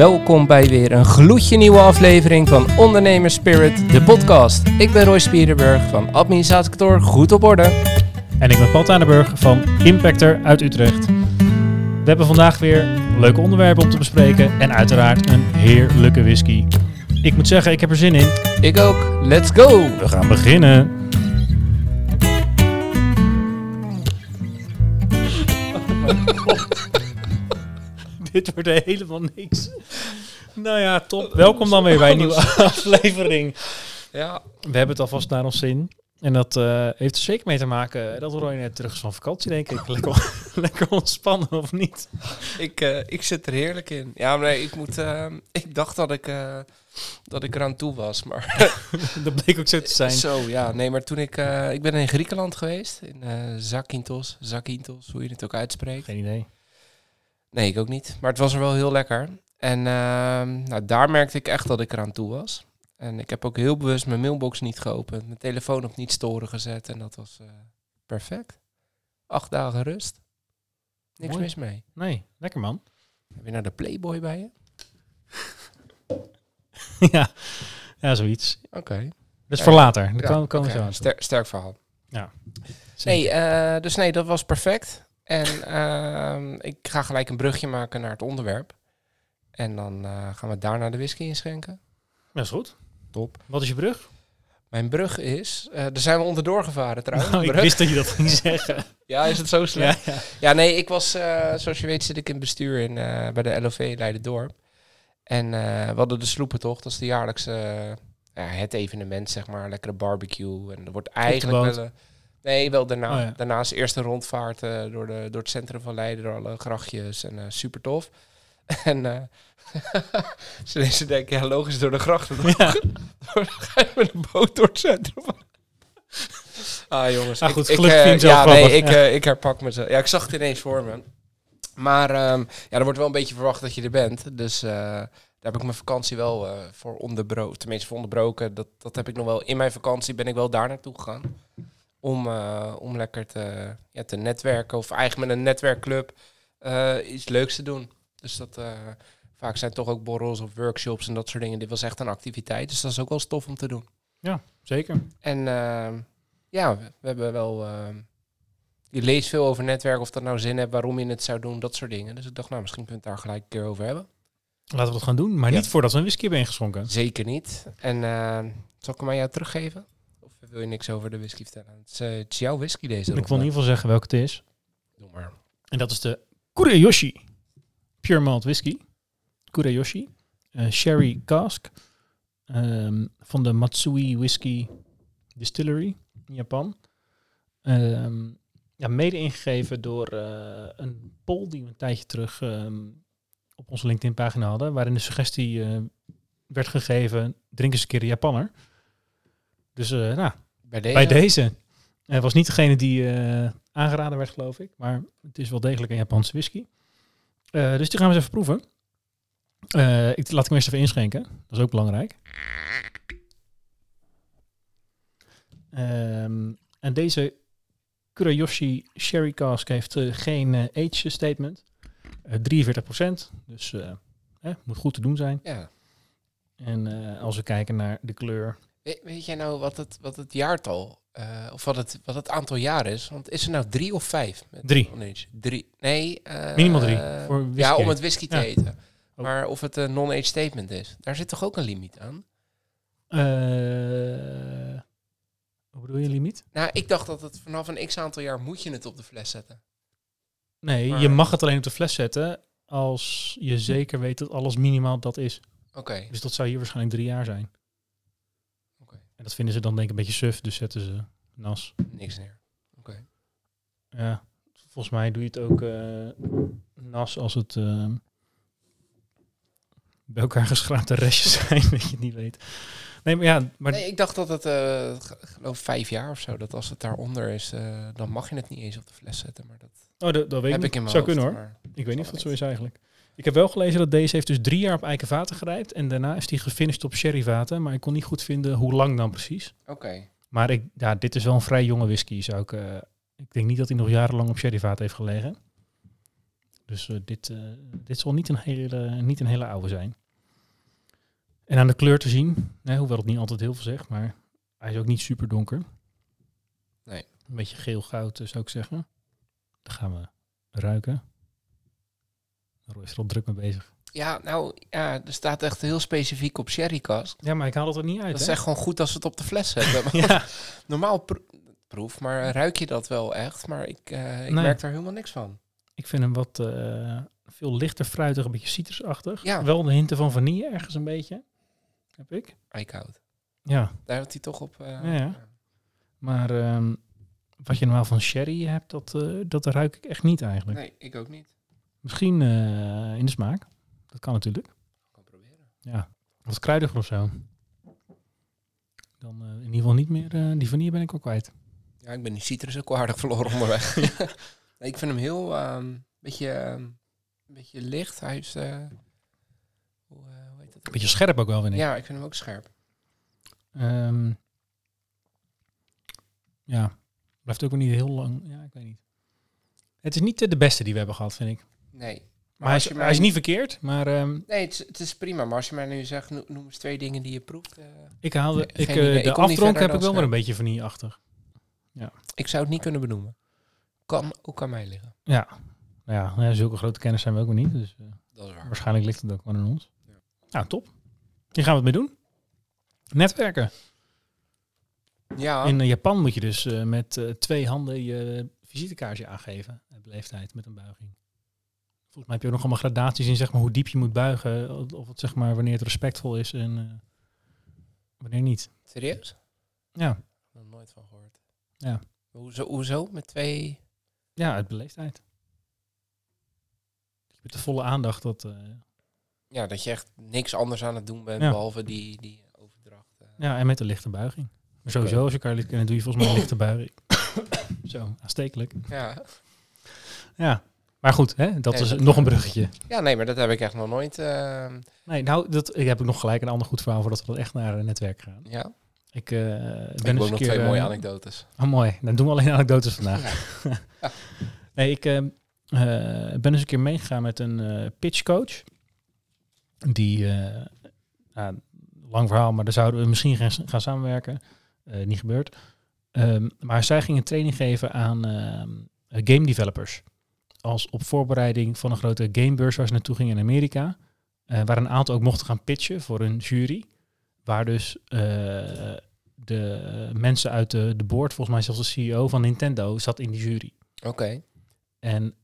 welkom bij weer een gloedje nieuwe aflevering van Ondernemers Spirit, de podcast. Ik ben Roy Spierenburg van administratiekantoor Goed op Orde. En ik ben Paul Tanenburg van Impactor uit Utrecht. We hebben vandaag weer leuke onderwerpen om te bespreken en uiteraard een heerlijke whisky. Ik moet zeggen, ik heb er zin in. Ik ook. Let's go! We gaan beginnen. Dit wordt helemaal niks. Nou ja, top. Welkom dan weer bij een nieuwe aflevering. Ja. We hebben het alvast naar ons zin. En dat heeft er zeker mee te maken dat Roy net terug is van vakantie, denk ik. Lekker ontspannen, of niet? Ik zit er heerlijk in. Ja, maar nee, ik dacht dat ik eraan toe was, maar... Dat bleek ook zo te zijn. Zo, ja. Nee, maar toen ik ben in Griekenland geweest, in Zakynthos, hoe je het ook uitspreekt. Geen idee. Nee, ik ook niet. Maar het was er wel heel lekker. En daar merkte ik echt dat ik eraan toe was. En ik heb ook heel bewust mijn mailbox niet geopend. Mijn telefoon op niet storen gezet. En dat was perfect. 8 dagen rust. Niks Mooi. mis mee. Nee, lekker man. Heb je nou de Playboy bij je? ja, zoiets. Oké. Dus voor later. Daar komen we oké. zo aan. Sterk verhaal. Ja. Nee, dat was perfect. En ik ga gelijk een brugje maken naar het onderwerp. En dan gaan we daarna de whisky inschenken. Dat is goed. Top. Wat is je brug? Mijn brug is... daar zijn we onderdoor gevaren trouwens. Nou, ik wist dat je dat ging zeggen. Ja, is het zo slecht? Ja. Ja, nee, ik was... zoals je weet zit ik in bestuur bij de LOV Leiden-Dorp. En we hadden de sloepentocht. Dat is de jaarlijkse... het evenement, zeg maar. Lekkere barbecue. En er wordt eigenlijk wel... nee, wel daarna. Oh, ja. Daarnaast eerste rondvaart door het centrum van Leiden. Door alle grachtjes. En super tof. En... ze denken, ja, logisch door de grachten. Ja. Dan ga je met een boot door het centrum. Jongens. Goed, gelukkig vind je het zelf ik herpak mezelf. Ja, ik zag het ineens voor me. Maar er wordt wel een beetje verwacht dat je er bent. Dus daar heb ik mijn vakantie wel voor onderbroken. Tenminste, voor onderbroken. Dat heb ik nog wel. In mijn vakantie ben ik wel daar naartoe gegaan. Om lekker te netwerken. Of eigenlijk met een netwerkclub iets leuks te doen. Dus dat... vaak zijn toch ook borrels of workshops en dat soort dingen. Dit was echt een activiteit, dus dat is ook wel stof om te doen. Ja, zeker. En we hebben wel... je leest veel over netwerk, of dat nou zin hebt, waarom je het zou doen, dat soort dingen. Dus ik dacht, misschien kunnen we het daar gelijk een keer over hebben. Laten we dat gaan doen, maar niet voordat we een whisky hebben ingeschonken. Zeker niet. En zal ik hem aan jou teruggeven? Of wil je niks over de whisky vertellen? Het is jouw whisky deze Ik wil in ieder geval zeggen welke het is. Doe maar. En dat is de Kurayoshi Pure Malt Whisky. Kurayoshi, Sherry Cask, van de Matsui Whisky Distillery in Japan. Mede ingegeven door een poll die we een tijdje terug op onze LinkedIn-pagina hadden, waarin de suggestie werd gegeven, drink eens een keer de Japanner. Dus bij deze. Het was niet degene die aangeraden werd, geloof ik, maar het is wel degelijk een Japanse whisky. Dus die gaan we eens even proeven. Laat ik hem eerst even inschenken. Dat is ook belangrijk. En deze Kurayoshi Sherry Cask heeft geen age statement. 43%. Dus moet goed te doen zijn. Ja. En als we kijken naar de kleur. Weet jij nou wat het jaartal... of wat het aantal jaar is? Want is er nou 3 of 5? 3. 3. Nee. Minimaal 3. Voor whisky. Ja, om het whisky te eten. Oh. Maar of het een non-age statement is. Daar zit toch ook een limiet aan? Hoe bedoel je limiet? Nou, ik dacht dat het vanaf een x-aantal jaar moet je het op de fles zetten. Nee, maar... je mag het alleen op de fles zetten als je zeker weet dat alles minimaal dat is. Oké. Dus dat zou hier waarschijnlijk 3 jaar zijn. Oké. En dat vinden ze dan denk ik een beetje suf, dus zetten ze nas. Niks neer. Oké. Ja, volgens mij doe je het ook nas als het bij elkaar geschraapte restjes zijn, dat je het niet weet. Nee, maar Nee, ik dacht dat het, geloof 5 jaar of zo, dat als het daaronder is, dan mag je het niet eens op de fles zetten. Maar dat weet heb ik in niet. mijn Zou hoofd, kunnen hoor. Ik weet niet of dat zo is eigenlijk. Ik heb wel gelezen dat deze heeft dus 3 jaar op eikenvaten gerijpt en daarna is die gefinished op sherryvaten, maar ik kon niet goed vinden hoe lang dan precies. Oké. Maar dit is wel een vrij jonge whisky. Ik denk niet dat hij nog jarenlang op sherryvaten heeft gelegen. Dus dit zal niet een hele oude zijn. En aan de kleur te zien, hoewel het niet altijd heel veel zegt, maar hij is ook niet super donker. Nee. Een beetje geel-goud zou ik zeggen. Dan gaan we ruiken. Roy is er al druk mee bezig. Ja, nou, er staat echt heel specifiek op sherrycask. Ja, maar ik haal het er niet uit. Dat is echt gewoon goed als we het op de fles zetten. Ja. Normaal proef, maar ruik je dat wel echt? Maar ik merk daar helemaal niks van. Ik vind hem wat veel lichter fruitig, een beetje citrusachtig. Ja. Wel de hinten van vanille ergens een beetje. Heb ik. Eikenhout. Ja. Daar had hij toch op... Ja. Maar wat je normaal van sherry hebt, dat ruik ik echt niet eigenlijk. Nee, ik ook niet. Misschien in de smaak. Dat kan natuurlijk. Kan proberen. Ja, wat kruidiger of zo. Dan in ieder geval niet meer... die vanille ben ik ook kwijt. Ja, ik ben die citrus ook wel aardig verloren onderweg. Nee, ik vind hem heel... beetje licht. Hij is... hoe heet dat? Beetje scherp ook wel, vind ik. Ja, ik vind hem ook scherp. Ja, blijft ook wel niet heel lang. Ja, ik weet niet. Het is niet de beste die we hebben gehad, vind ik. Nee. Maar hij is niet verkeerd, maar... Nee, het is prima. Maar als je mij nu zegt, noem eens 2 dingen die je proeft. ik haalde... geen idee. Ik de kom niet aftronk verder heb dan ik wel weer scherp. een beetje vanille-achtig. Ik zou het niet kunnen benoemen. Kan ook aan mij liggen. Ja. Nou ja, zulke grote kennis zijn we ook nog niet. Dus Dat is waar. waarschijnlijk ligt het ook wel aan ons. Ja. Nou, top. Hier gaan we het mee doen. Netwerken. Ja. In Japan moet je dus met 2 handen je visitekaartje aangeven. Beleefdheid met een buiging. Volgens mij heb je ook nog allemaal gradaties in, zeg maar, hoe diep je moet buigen. Of het, zeg maar, wanneer het respectvol is en wanneer niet. Serieus? Ja. Nog nooit van gehoord. Ja. Hoezo? Met 2... Ja, uit beleefdheid. Met de volle aandacht. Ja, dat je echt niks anders aan het doen bent, Ja. behalve die overdracht. Ja, en met een lichte buiging. Maar sowieso, als je elkaar liet kennen, doe je volgens mij een lichte buiging. Zo, aanstekelijk. Ja. Ja, maar goed, hè? Dat Nee, is dat- nog een bruggetje. Ja, nee, maar dat heb ik echt nog nooit... Nee, nou, ik heb nog gelijk een ander goed verhaal voordat we echt naar een netwerk gaan. ja. Ik Ik ben heb eens ook een nog keer... 2 mooie anekdotes. Oh, mooi. Dan doen we alleen anekdotes vandaag. Nee, ik ben eens een keer meegegaan met een pitchcoach. Die, lang verhaal, maar daar zouden we misschien gaan samenwerken. Niet gebeurd. Maar zij ging een training geven aan game developers. Als op voorbereiding van een grote gamebeurs waar ze naartoe gingen in Amerika. Waar een aantal ook mochten gaan pitchen voor een jury. Waar dus de mensen uit de board, volgens mij zelfs de CEO van Nintendo, zat in die jury. Oké. En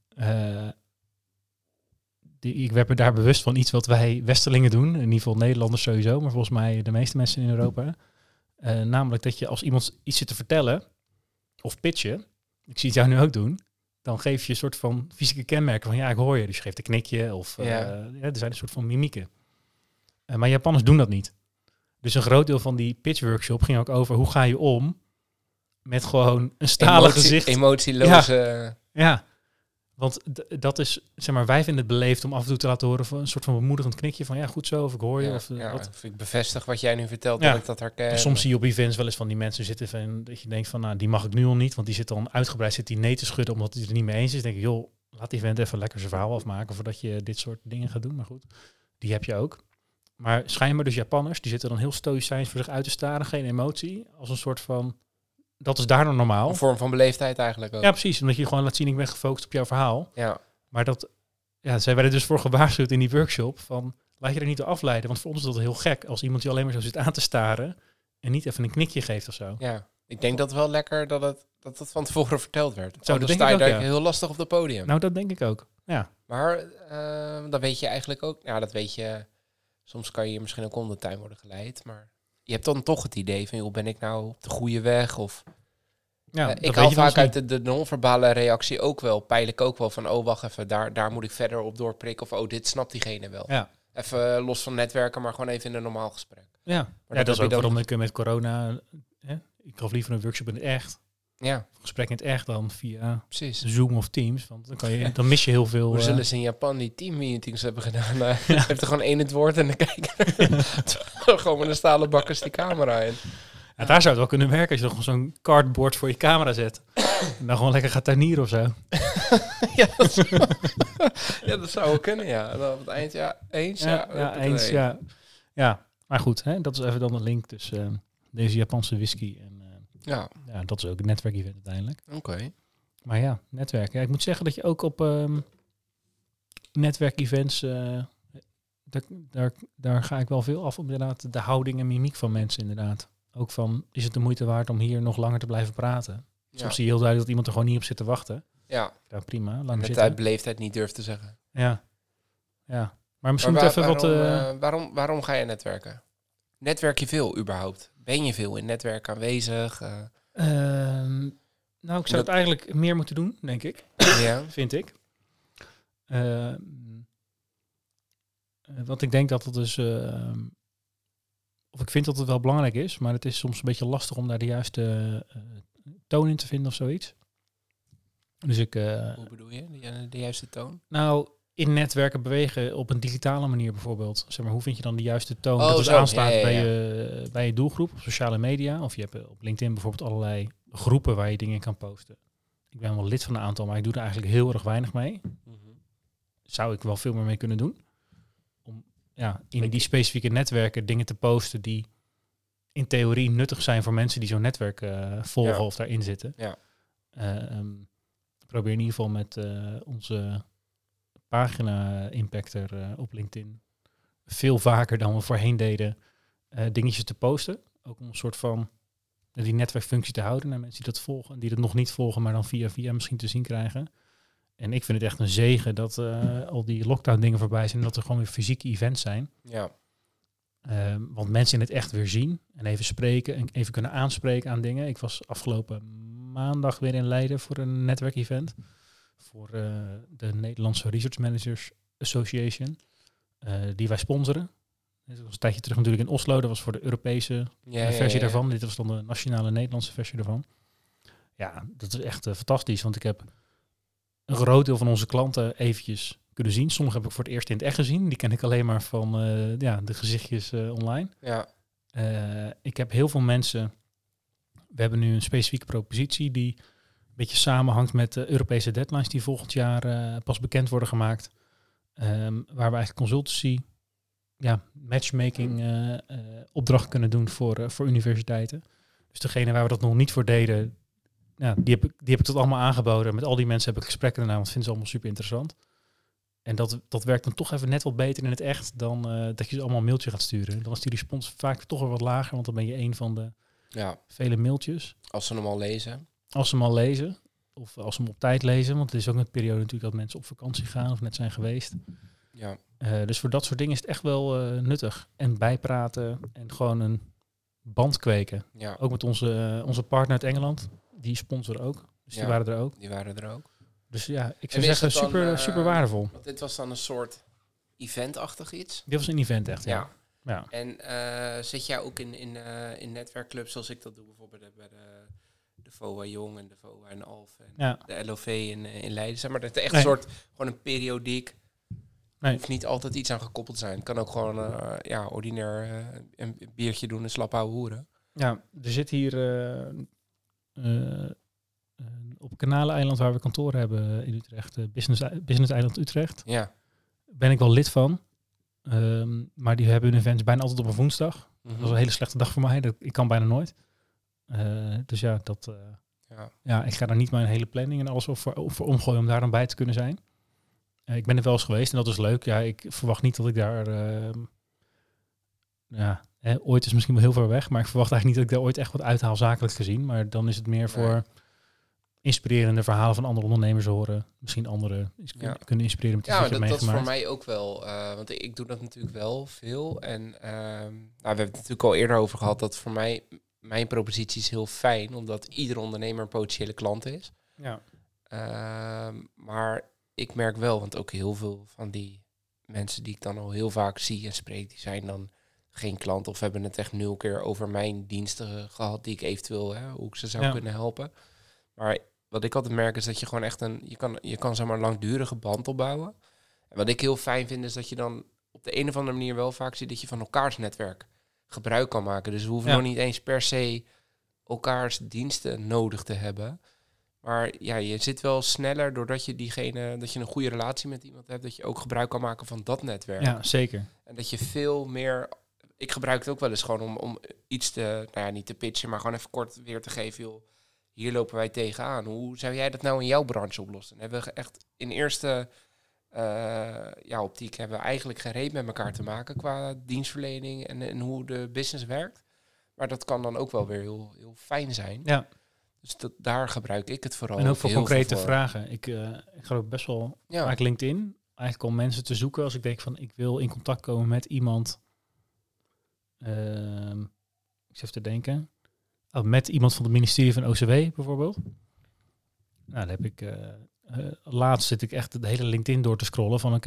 ik werd me daar bewust van iets wat wij Westerlingen doen. In ieder geval Nederlanders sowieso, maar volgens mij de meeste mensen in Europa. Namelijk dat je als iemand iets zit te vertellen of pitchen, ik zie het jou nu ook doen, dan geef je een soort van fysieke kenmerken van ja, ik hoor je. Dus je geeft een knikje of er zijn een soort van mimieken. Maar Japanners doen dat niet. Dus een groot deel van die pitchworkshop ging ook over hoe ga je om met gewoon een stalen gezicht. Emotieloze... Ja, want dat is, zeg maar, wij vinden het beleefd om af en toe te laten horen van een soort van bemoedigend knikje van ja, goed zo, of ik hoor je. Ja, Of, wat. of ik bevestig wat jij nu vertelt, Ja. dat ik dat herken. En soms zie je op events wel eens van die mensen zitten van, dat je denkt van, nou, die mag ik nu al niet, want die zit dan uitgebreid, zit die nee te schudden omdat hij het er niet mee eens is. Dan denk ik, joh, laat die vent even lekker zijn verhaal afmaken voordat je dit soort dingen gaat doen. Maar goed, die heb je ook. Maar schijnbaar dus Japanners, die zitten dan heel stoïcijns voor zich uit te staren, geen emotie, als een soort van, dat is daar dan normaal. Een vorm van beleefdheid eigenlijk ook. Ja, precies, omdat je gewoon laat zien, ik ben gefocust op jouw verhaal. Ja. Maar zij werden dus voor gewaarschuwd in die workshop van, laat je er niet door afleiden, want voor ons is dat heel gek als iemand je alleen maar zo zit aan te staren en niet even een knikje geeft of zo. Ja. Ik denk dat wel lekker dat het van tevoren verteld werd. Zo, Dan dat sta denk je ik daar ook, ja. heel lastig op het podium. Nou, dat denk ik ook. Ja. Maar dat weet je eigenlijk ook. Ja, dat weet je. Soms kan je misschien ook om de tuin worden geleid. Maar je hebt dan toch het idee van, joh, ben ik nou op de goede weg? Of Ja, ik haal vaak uit de non-verbale reactie ook wel. Peil ik ook wel van, oh, wacht even, daar moet ik verder op doorprikken. Of, oh, dit snapt diegene wel. Ja. Even los van netwerken, maar gewoon even in een normaal gesprek. Ja, Maar dat is heb ook je dan- waarom ik met corona, ik gaf liever een workshop in het echt, Ja, een gesprek in het echt dan via precies. Zoom of Teams, want dan mis je heel veel. Hoe zullen ze in Japan die teammeetings hebben gedaan? Heeft er gewoon één het woord en dan kijken. Gewoon met een stalen bakkers die camera in. Ja, daar zou het wel kunnen werken als je nog zo'n cardboard voor je camera zet. En dan gewoon lekker gaat tuinieren of zo. Ja, dat zou wel kunnen, ja. En dan op het eind, eens. Eens, ja. Ja, maar goed, hè, dat is even dan de link tussen deze Japanse whisky en ja, dat is ook een netwerkevent uiteindelijk. Oké. Maar ja, netwerken. Ja, ik moet zeggen dat je ook op netwerkevents, daar ga ik wel veel af op inderdaad de houding en mimiek van mensen inderdaad. Ook van, is het de moeite waard om hier nog langer te blijven praten? Soms zie je heel duidelijk dat iemand er gewoon niet op zit te wachten. Ja. Nou, prima. Laat met zitten. uit beleefdheid niet durft te zeggen. Ja. Maar misschien moet even waarom ga je netwerken? Netwerk je veel überhaupt? Ben je veel in netwerk aanwezig? Nou, ik zou het eigenlijk meer moeten doen, denk ik. Ja. Vind ik. Want ik denk dat het dus... of ik vind dat het wel belangrijk is, maar het is soms een beetje lastig om daar de juiste toon in te vinden of zoiets. Dus ik... Hoe bedoel je? De juiste toon? Nou, in netwerken bewegen op een digitale manier bijvoorbeeld. Zeg maar, hoe vind je dan de juiste toon dat het aanslaat bij je doelgroep op sociale media? Of je hebt op LinkedIn bijvoorbeeld allerlei groepen waar je dingen kan posten. Ik ben wel lid van een aantal, maar ik doe er eigenlijk heel erg weinig mee. Mm-hmm. Zou ik wel veel meer mee kunnen doen. Om in die specifieke netwerken dingen te posten die in theorie nuttig zijn voor mensen die zo'n netwerk volgen of daarin zitten. Ja. Probeer in ieder geval met onze pagina-impactor op LinkedIn veel vaker dan we voorheen deden dingetjes te posten. Ook om een soort van die netwerkfunctie te houden naar mensen die dat volgen. En die dat nog niet volgen, maar dan via misschien te zien krijgen. En ik vind het echt een zegen dat al die lockdown dingen voorbij zijn en dat er gewoon weer fysieke events zijn. Ja. Want mensen in het echt weer zien en even spreken en even kunnen aanspreken aan dingen. Ik was afgelopen maandag weer in Leiden voor een netwerkevent. Voor de Nederlandse Research Managers Association. Die wij sponsoren. Dat was een tijdje terug natuurlijk in Oslo. Dat was voor de Europese versie daarvan. Dit was dan de nationale Nederlandse versie daarvan. Ja, dat is echt fantastisch. Want ik heb een groot deel van onze klanten eventjes kunnen zien. Sommige heb ik voor het eerst in het echt gezien. Die ken ik alleen maar van de gezichtjes online. Ja. Ik heb heel veel mensen... We hebben nu een specifieke propositie die een beetje samenhangt met de Europese deadlines die volgend jaar pas bekend worden gemaakt. Waar we eigenlijk consultancy, matchmaking opdracht kunnen doen voor universiteiten. Dus degene waar we dat nog niet voor deden, die heb ik tot allemaal aangeboden. Met al die mensen heb ik gesprekken daarna, want ik vind ze allemaal super interessant. En dat werkt dan toch even net wat beter in het echt dan dat je ze allemaal een mailtje gaat sturen. Dan is die respons vaak toch wel wat lager, want dan ben je een van de vele mailtjes. Als ze hem al lezen. Als ze hem al lezen. Of als ze hem op tijd lezen. Want het is ook een periode natuurlijk dat mensen op vakantie gaan of net zijn geweest. Ja. Dus voor dat soort dingen is het echt wel nuttig. En bijpraten en gewoon een band kweken. Ja. Ook met onze partner uit Engeland. Die sponsoren ook. Dus die waren er ook. Dus ja, ik zou zeggen super waardevol. Want dit was dan een soort eventachtig iets? Dit was een event echt, ja. En zit jij ook in netwerkclubs zoals ik dat doe bijvoorbeeld bij de VOA Jong en de VOA en Alf en de LOV in Leiden. Zeg maar dat is echt een soort, gewoon een periodiek. Nee. Hoeft niet altijd iets aan gekoppeld te zijn. Het kan ook gewoon ordinair een biertje doen en slap ouwe hoeren. Ja, er zit hier op Kanaleneiland waar we kantoor hebben in Utrecht, Business Eiland Utrecht. Ja. Ben ik wel lid van. Maar die hebben hun events bijna altijd op een woensdag. Mm-hmm. Dat is een hele slechte dag voor mij. Ik kan bijna nooit. Dus ja, ik ga daar niet mijn hele planning en alles voor omgooien om daar dan bij te kunnen zijn. Ik ben er wel eens geweest en dat is leuk. Ja, ik verwacht niet dat ik daar... ooit is misschien wel heel ver weg, maar ik verwacht eigenlijk niet dat ik daar ooit echt wat uithaal zakelijk gezien. Maar dan is het meer voor inspirerende verhalen van andere ondernemers horen. Misschien anderen kunnen inspireren met iets wat je meegemaakt. Dat is voor mij ook wel. Want ik doe dat natuurlijk wel veel. En we hebben het natuurlijk al eerder over gehad dat voor mij... Mijn propositie is heel fijn, omdat iedere ondernemer een potentiële klant is. Ja. Maar ik merk wel, want ook heel veel van die mensen die ik dan al heel vaak zie en spreek, die zijn dan geen klant of hebben het echt 0 keer over mijn diensten gehad die ik eventueel, hoe ik ze zou kunnen helpen. Maar wat ik altijd merk is dat je gewoon echt je kan zeg maar een langdurige band opbouwen. En wat ik heel fijn vind is dat je dan op de een of andere manier wel vaak ziet dat je van elkaars netwerk gebruik kan maken. Dus we hoeven nog niet eens per se elkaars diensten nodig te hebben. Maar ja, je zit wel sneller doordat je dat je een goede relatie met iemand hebt, dat je ook gebruik kan maken van dat netwerk. Ja, zeker. En dat je veel meer... Ik gebruik het ook wel eens gewoon om iets te... Nou ja, niet te pitchen, maar gewoon even kort weer te geven. Joh, hier lopen wij tegenaan. Hoe zou jij dat nou in jouw branche oplossen? Dan hebben we echt in eerste optiek hebben we eigenlijk geen reet met elkaar te maken qua dienstverlening en hoe de business werkt. Maar dat kan dan ook wel weer heel, heel fijn zijn. Ja. Dus daar gebruik ik het vooral. En ook voor concrete voor. vragen. Ik ga ook best wel vaak LinkedIn. Eigenlijk om mensen te zoeken als ik denk van ik wil in contact komen met iemand. Ik zit even te denken. Met iemand van het ministerie van OCW bijvoorbeeld. Nou, dan heb ik... laatst zit ik echt de hele LinkedIn door te scrollen van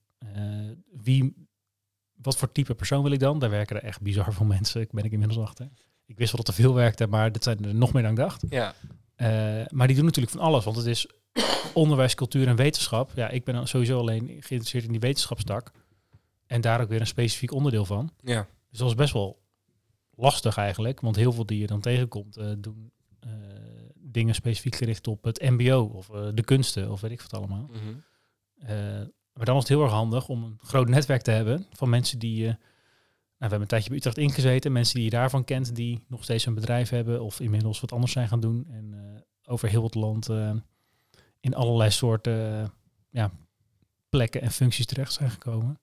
wat voor type persoon wil ik dan? Daar werken er echt bizar veel mensen. Ben ik inmiddels achter. Ik wist wel dat er veel werkte, maar dat zijn er nog meer dan ik dacht. Ja. Maar die doen natuurlijk van alles, want het is onderwijs, cultuur en wetenschap. Ja, ik ben sowieso alleen geïnteresseerd in die wetenschapstak. En daar ook weer een specifiek onderdeel van. Ja. Dus dat is best wel lastig eigenlijk, want heel veel die je dan tegenkomt doen dingen specifiek gericht op het mbo of de kunsten of weet ik wat allemaal. Mm-hmm. Maar dan is het heel erg handig om een groot netwerk te hebben van mensen die... we hebben een tijdje bij Utrecht ingezeten. Mensen die je daarvan kent, die nog steeds een bedrijf hebben of inmiddels wat anders zijn gaan doen. En over heel het land in allerlei soorten plekken en functies terecht zijn gekomen.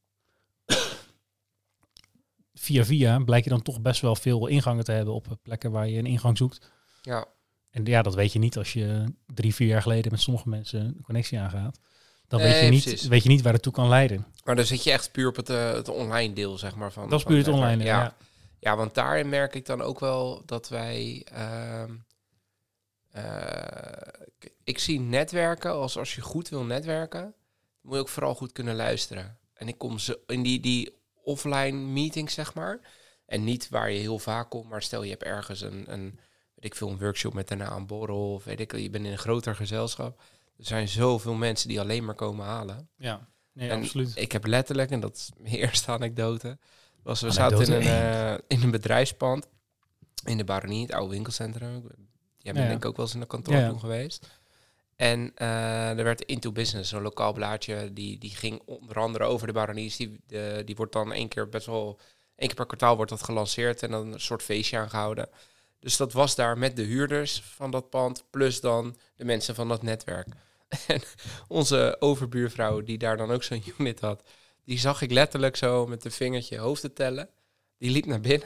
Via blijkt je dan toch best wel veel ingangen te hebben op plekken waar je een ingang zoekt. Ja. En ja, dat weet je niet als je 3-4 jaar geleden met sommige mensen een connectie aangaat. Dan weet je niet waar het toe kan leiden. Maar dan zit je echt puur op het online deel, zeg maar. Van, dat is puur het online, ja, want daarin merk ik dan ook wel dat wij... ik zie netwerken als je goed wil netwerken, moet je ook vooral goed kunnen luisteren. En ik kom in die offline meetings, zeg maar. En niet waar je heel vaak komt, maar stel je hebt ergens een workshop met daarna een borrel, of je bent in een groter gezelschap. Er zijn zoveel mensen die alleen maar komen halen. Ja, nee, absoluut. Ik heb letterlijk, en dat is mijn eerste anekdote, we zaten in een bedrijfspand in de Baronie, het oude winkelcentrum. Jij bent denk ik ook wel eens in de kantoor toen geweest. En er werd Into Business, een lokaal blaadje, die ging onder andere over de Baronies. Die wordt dan één keer per kwartaal wordt dat gelanceerd en dan een soort feestje aangehouden. Dus dat was daar met de huurders van dat pand, plus dan de mensen van dat netwerk. En onze overbuurvrouw, die daar dan ook zo'n unit had, die zag ik letterlijk zo met een vingertje hoofden tellen. Die liep naar binnen.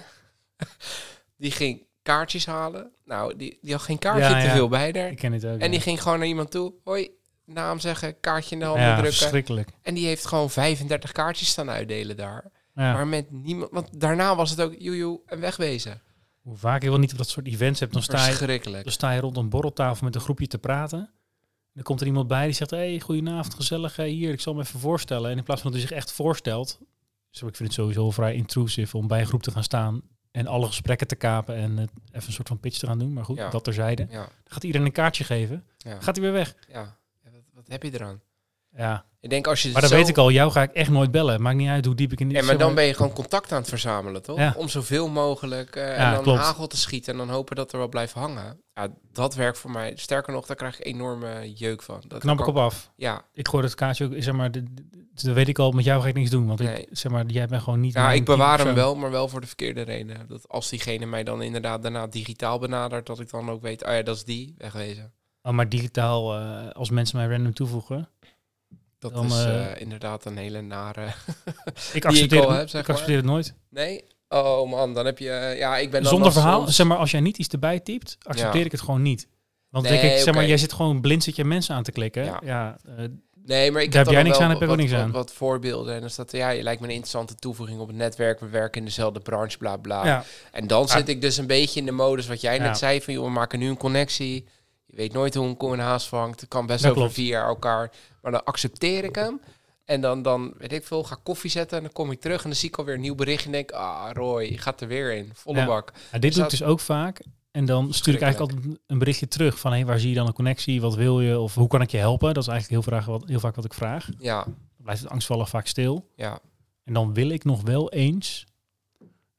Die ging kaartjes halen. Nou, die had geen kaartje te veel bij haar. Ik ken het ook. En die ging gewoon naar iemand toe. Hoi, naam zeggen, kaartje in de handen drukken. Verschrikkelijk. En die heeft gewoon 35 kaartjes staan uitdelen daar. Ja. Maar met niemand... Want daarna was het ook joejoe en wegwezen. Hoe vaak je wel niet op dat soort events hebt, dan sta je rond een borreltafel met een groepje te praten. Dan komt er iemand bij die zegt, hey, goedenavond, gezellig, hier, ik zal me even voorstellen. En in plaats van dat hij zich echt voorstelt, dus ik vind het sowieso vrij intrusive om bij een groep te gaan staan en alle gesprekken te kapen en even een soort van pitch te gaan doen. Maar goed, dat terzijde. Ja. Dan gaat iedereen een kaartje geven, gaat hij weer weg. Ja, wat heb je eraan? Ja. Ik denk als je maar dan weet ik al, jou ga ik echt nooit bellen. Maakt niet uit hoe diep ik in die... maar dan ben je gewoon contact aan het verzamelen, toch? Ja. Om zoveel mogelijk en dan klopt. Hagel te schieten en dan hopen dat er wel blijft hangen. Ja, dat werkt voor mij. Sterker nog, daar krijg ik enorme jeuk van. Dat knap ik op af. Ja. Ik gooi het kaartje ook, zeg maar, dat weet ik al, met jou ga ik niks doen. Want ik, zeg maar, jij bent gewoon niet... Ja, ik bewaar hem wel, maar wel voor de verkeerde reden. Dat als diegene mij dan inderdaad daarna digitaal benadert, dat ik dan ook weet, dat is die, wegwezen. Oh, maar digitaal, als mensen mij random toevoegen... Dat dan, is inderdaad een hele nare... ik accepteer het nooit. Nee? Oh man, dan heb je... ik ben dan zonder verhaal, soms... zeg maar, als jij niet iets erbij typt, accepteer ik het gewoon niet. Want denk ik, zeg maar, jij zit gewoon blind zit je mensen aan te klikken. Nee, maar ik daar heb jij niks aan, heb ik ook niks aan. Wat voorbeelden. En dan staat je lijkt me een interessante toevoeging op het netwerk. We werken in dezelfde branche, bla bla. Ja. En dan zit ik dus een beetje in de modus wat jij net zei. Van, joh, we maken nu een connectie. Je weet nooit hoe een koe een haas vangt. Het kan best over 4 jaar elkaar. Maar dan accepteer ik hem. En dan weet ik veel, ga koffie zetten. En dan kom ik terug en dan zie ik alweer een nieuw bericht. En denk, Roy, je gaat er weer in. Volle bak. Ja, dit doe ik dus ook vaak. En dan stuur ik eigenlijk altijd een berichtje terug. Van, waar zie je dan een connectie? Wat wil je? Of hoe kan ik je helpen? Dat is eigenlijk heel vaak wat ik vraag. Ja. Dan blijft het angstvallig vaak stil. Ja. En dan wil ik nog wel eens...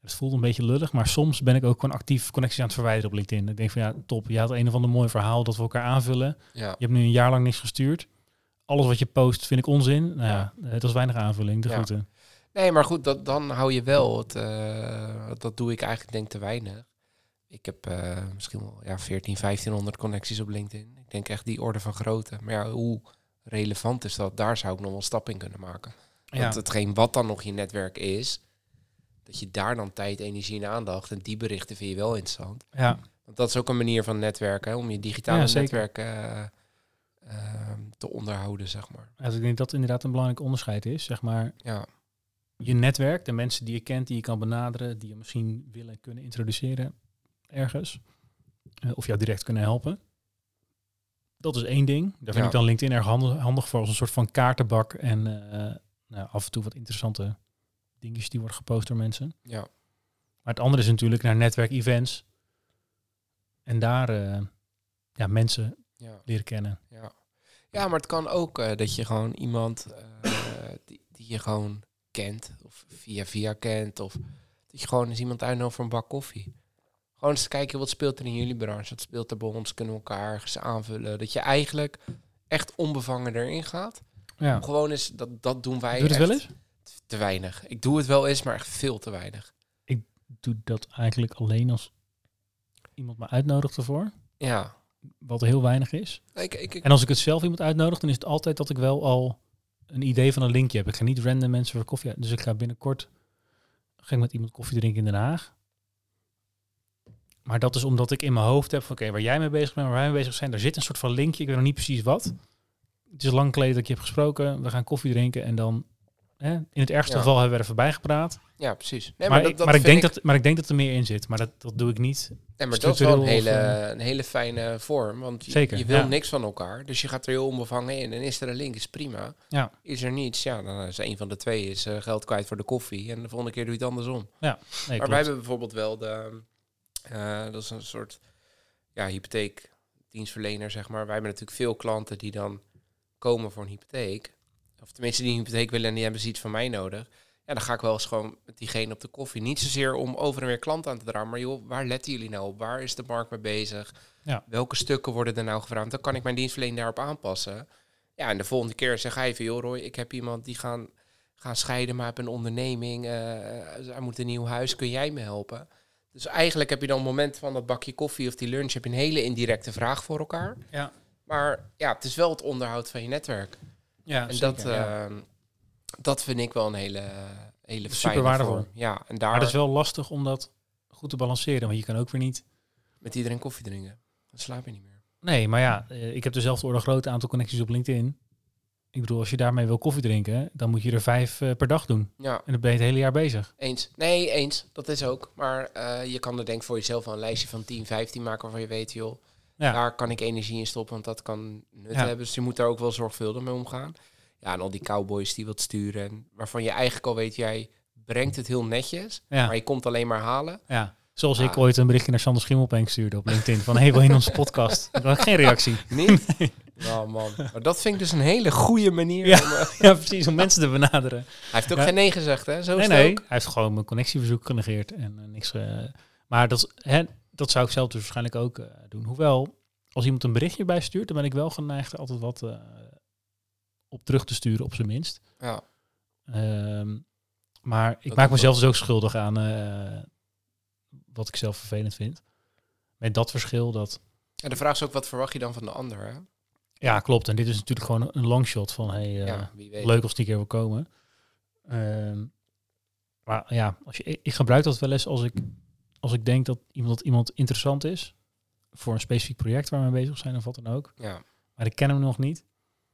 Het voelt een beetje lullig, maar soms ben ik ook gewoon actief connecties aan het verwijderen op LinkedIn. Ik denk van ja, top, je had een of ander mooi verhaal dat we elkaar aanvullen. Ja. Je hebt nu een jaar lang niks gestuurd. Alles wat je post vind ik onzin. Nou ja, het was weinig aanvulling, de groeten. Nee, maar goed, dan hou je wel. Dat doe ik eigenlijk denk te weinig. Ik heb misschien wel 1500 connecties op LinkedIn. Ik denk echt die orde van grootte. Maar ja, hoe relevant is dat? Daar zou ik nog wel stap in kunnen maken. Want hetgeen wat dan nog je netwerk is, dat je daar dan tijd, energie en aandacht en die berichten vind je wel interessant. Ja. Want dat is ook een manier van netwerken, hè, om je digitale netwerk te onderhouden, zeg maar. Dus ik denk dat inderdaad een belangrijk onderscheid is, zeg maar. Ja. Je netwerk, de mensen die je kent, die je kan benaderen, die je misschien willen kunnen introduceren ergens. Of jou direct kunnen helpen. Dat is één ding. Daar vind ik dan LinkedIn erg handig voor als een soort van kaartenbak en af en toe wat interessante dingetjes die worden gepost door mensen. Ja. Maar het andere is natuurlijk naar netwerk-events. En daar mensen leren kennen. Ja, maar het kan ook dat je gewoon iemand die je gewoon kent, of via kent, of dat je gewoon eens iemand uitnodigt voor een bak koffie. Gewoon eens kijken, wat speelt er in jullie branche, wat speelt er bij ons, kunnen we elkaar ergens aanvullen. Dat je eigenlijk echt onbevangen erin gaat. Ja. Om gewoon eens, dat doen wij. Doe je het wel eens? Te weinig. Ik doe het wel eens, maar echt veel te weinig. Ik doe dat eigenlijk alleen als iemand me uitnodigt ervoor. Ja. Wat heel weinig is. En als ik het zelf iemand uitnodig, dan is het altijd dat ik wel al een idee van een linkje heb. Ik ga niet random mensen voor koffie uit. Dus ik ga binnenkort met iemand koffie drinken in Den Haag. Maar dat is omdat ik in mijn hoofd heb van oké, waar jij mee bezig bent, waar wij mee bezig zijn, daar zit een soort van linkje. Ik weet nog niet precies wat. Het is lang geleden dat ik je heb gesproken. We gaan koffie drinken en dan in het ergste geval hebben we er even bijgepraat. Ja, precies. Nee, maar ik denk dat er meer in zit, maar dat doe ik niet. Nee, maar dat is wel een hele fijne vorm, want je wil niks van elkaar. Dus je gaat er heel onbevangen in. En is er een link, is prima. Ja. Is er niets, dan is een van de twee geld kwijt voor de koffie. En de volgende keer doe je het andersom. Ja, maar wij hebben bijvoorbeeld wel dat is een soort hypotheekdienstverlener, zeg maar. Wij hebben natuurlijk veel klanten die dan komen voor een hypotheek. Of tenminste die een hypotheek willen en die hebben iets van mij nodig. Ja, dan ga ik wel eens gewoon met diegene op de koffie. Niet zozeer om over en weer klanten aan te draaien, maar joh, waar letten jullie nou op? Waar is de markt mee bezig? Ja. Welke stukken worden er nou gevraagd? Dan kan ik mijn dienstverlening daarop aanpassen. Ja, en de volgende keer zeg hij van, joh Roy, ik heb iemand die gaan scheiden, maar heb een onderneming. Hij moet een nieuw huis, kun jij me helpen? Dus eigenlijk heb je dan op het moment van dat bakje koffie of die lunch, heb je een hele indirecte vraag voor elkaar. Ja. Maar ja, het is wel het onderhoud van je netwerk. Ja, en zeker, dat vind ik wel een hele super waardevol vorm. Ja, en maar dat is wel lastig om dat goed te balanceren, want je kan ook weer niet met iedereen koffie drinken. Dan slaap je niet meer. Nee, maar ja, ik heb dezelfde orde groot aantal connecties op LinkedIn. Ik bedoel, als je daarmee wil koffie drinken, dan moet je er 5 per dag doen. Ja. En dan ben je het hele jaar bezig. Eens. Nee, eens. Dat is ook. Maar je kan er denk ik voor jezelf wel een lijstje van 10, 15 maken waarvan je weet, joh, daar kan ik energie in stoppen, want dat kan nut hebben. Dus je moet daar ook wel zorgvuldig mee omgaan. Ja, en al die cowboys die wat sturen, en waarvan je eigenlijk al weet, jij brengt het heel netjes, maar je komt alleen maar halen. Ja. Zoals ik ooit een berichtje naar Sander Schimmelpenk stuurde op LinkedIn van hey, wil je in onze podcast? Ik had geen reactie. Niet? Nee. Oh man, maar dat vind ik dus een hele goede manier. Ja, precies, om mensen te benaderen. Hij heeft ook geen nee gezegd, hè? Zo is nee, ook. Hij heeft gewoon mijn connectieverzoek genegeerd en niks. Maar dat zou ik zelf dus waarschijnlijk ook doen. Hoewel, als iemand een berichtje bijstuurt, dan ben ik wel geneigd altijd wat op terug te sturen, op zijn minst. Ja. Maar ik maak mezelf dus ook schuldig aan wat ik zelf vervelend vind. Met dat verschil dat... En de vraag is ook, wat verwacht je dan van de ander, hè? Ja, klopt. En dit is natuurlijk gewoon een longshot van, leuk als die keer wil komen. Maar ja, ik gebruik dat wel eens als ik denk dat iemand interessant is voor een specifiek project waar we mee bezig zijn of wat dan ook. Ja. Maar ik ken hem nog niet.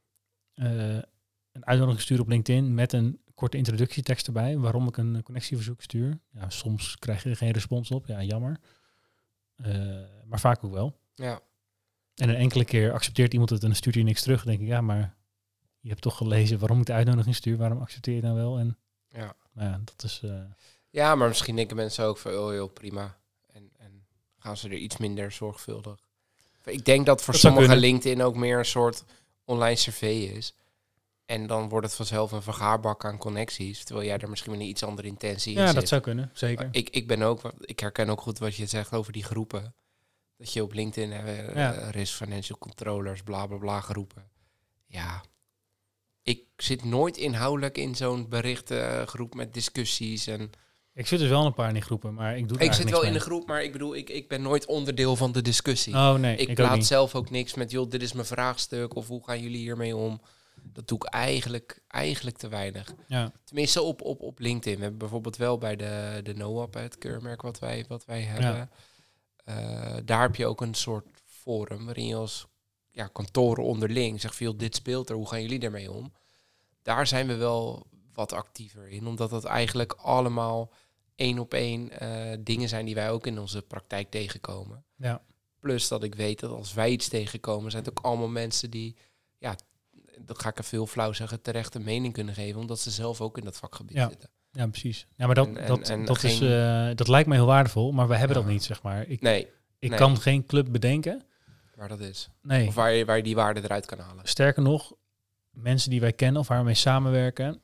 Een uitnodiging sturen op LinkedIn met een korte introductietekst erbij, waarom ik een connectieverzoek stuur. Ja, soms krijg je er geen respons op. Ja, jammer. Maar vaak ook wel. Ja. En een enkele keer accepteert iemand het en dan stuurt hij niks terug. Dan denk ik, ja, maar je hebt toch gelezen waarom ik de uitnodiging stuur. Waarom accepteer je nou wel? En ja, nou ja, dat is... Ja, maar misschien denken mensen ook van, oh heel prima. En gaan ze er iets minder zorgvuldig. Ik denk dat voor sommigen LinkedIn ook meer een soort online survey is. En dan wordt het vanzelf een vergaarbak aan connecties. Terwijl jij er misschien wel een iets andere intentie in Ja, zit. dat zou kunnen, zeker. Ik herken ook goed wat je zegt over die groepen. Dat je op LinkedIn risk financial controllers, bla bla bla groepen. Ja, ik zit nooit inhoudelijk in zo'n berichtengroep met discussies. En Ik zit dus wel in een paar in die groepen, maar ik doe er ik zit eigenlijk wel niks in mee. de groep, maar ik bedoel, ik ben nooit onderdeel van de discussie. Oh nee, Ik ook plaats niet. zelf ook niks met, joh, dit is mijn vraagstuk. Of hoe gaan jullie hiermee om? Dat doe ik eigenlijk te weinig. Ja, Tenminste op LinkedIn. We hebben bijvoorbeeld wel bij de NOAP, het keurmerk wat wij hebben. Daar heb je ook een soort forum waarin je als kantoren onderling zegt van, joh, dit speelt er, hoe gaan jullie daarmee om? Daar zijn we wel wat actiever in, omdat dat eigenlijk allemaal 1-op-1 dingen zijn die wij ook in onze praktijk tegenkomen. ja. Plus dat ik weet dat als wij iets tegenkomen, zijn het ook allemaal mensen die, dat ga ik er veel flauw zeggen, terecht een mening kunnen geven, omdat ze zelf ook in dat vakgebied zitten. Ja, precies. Ja, maar En dat lijkt me heel waardevol, maar we hebben Ja. dat niet, zeg maar. Ik Nee, kan geen club bedenken. waar dat is. Nee. Of waar je die waarde eruit kan halen. Sterker nog, mensen die wij kennen of waar we mee samenwerken,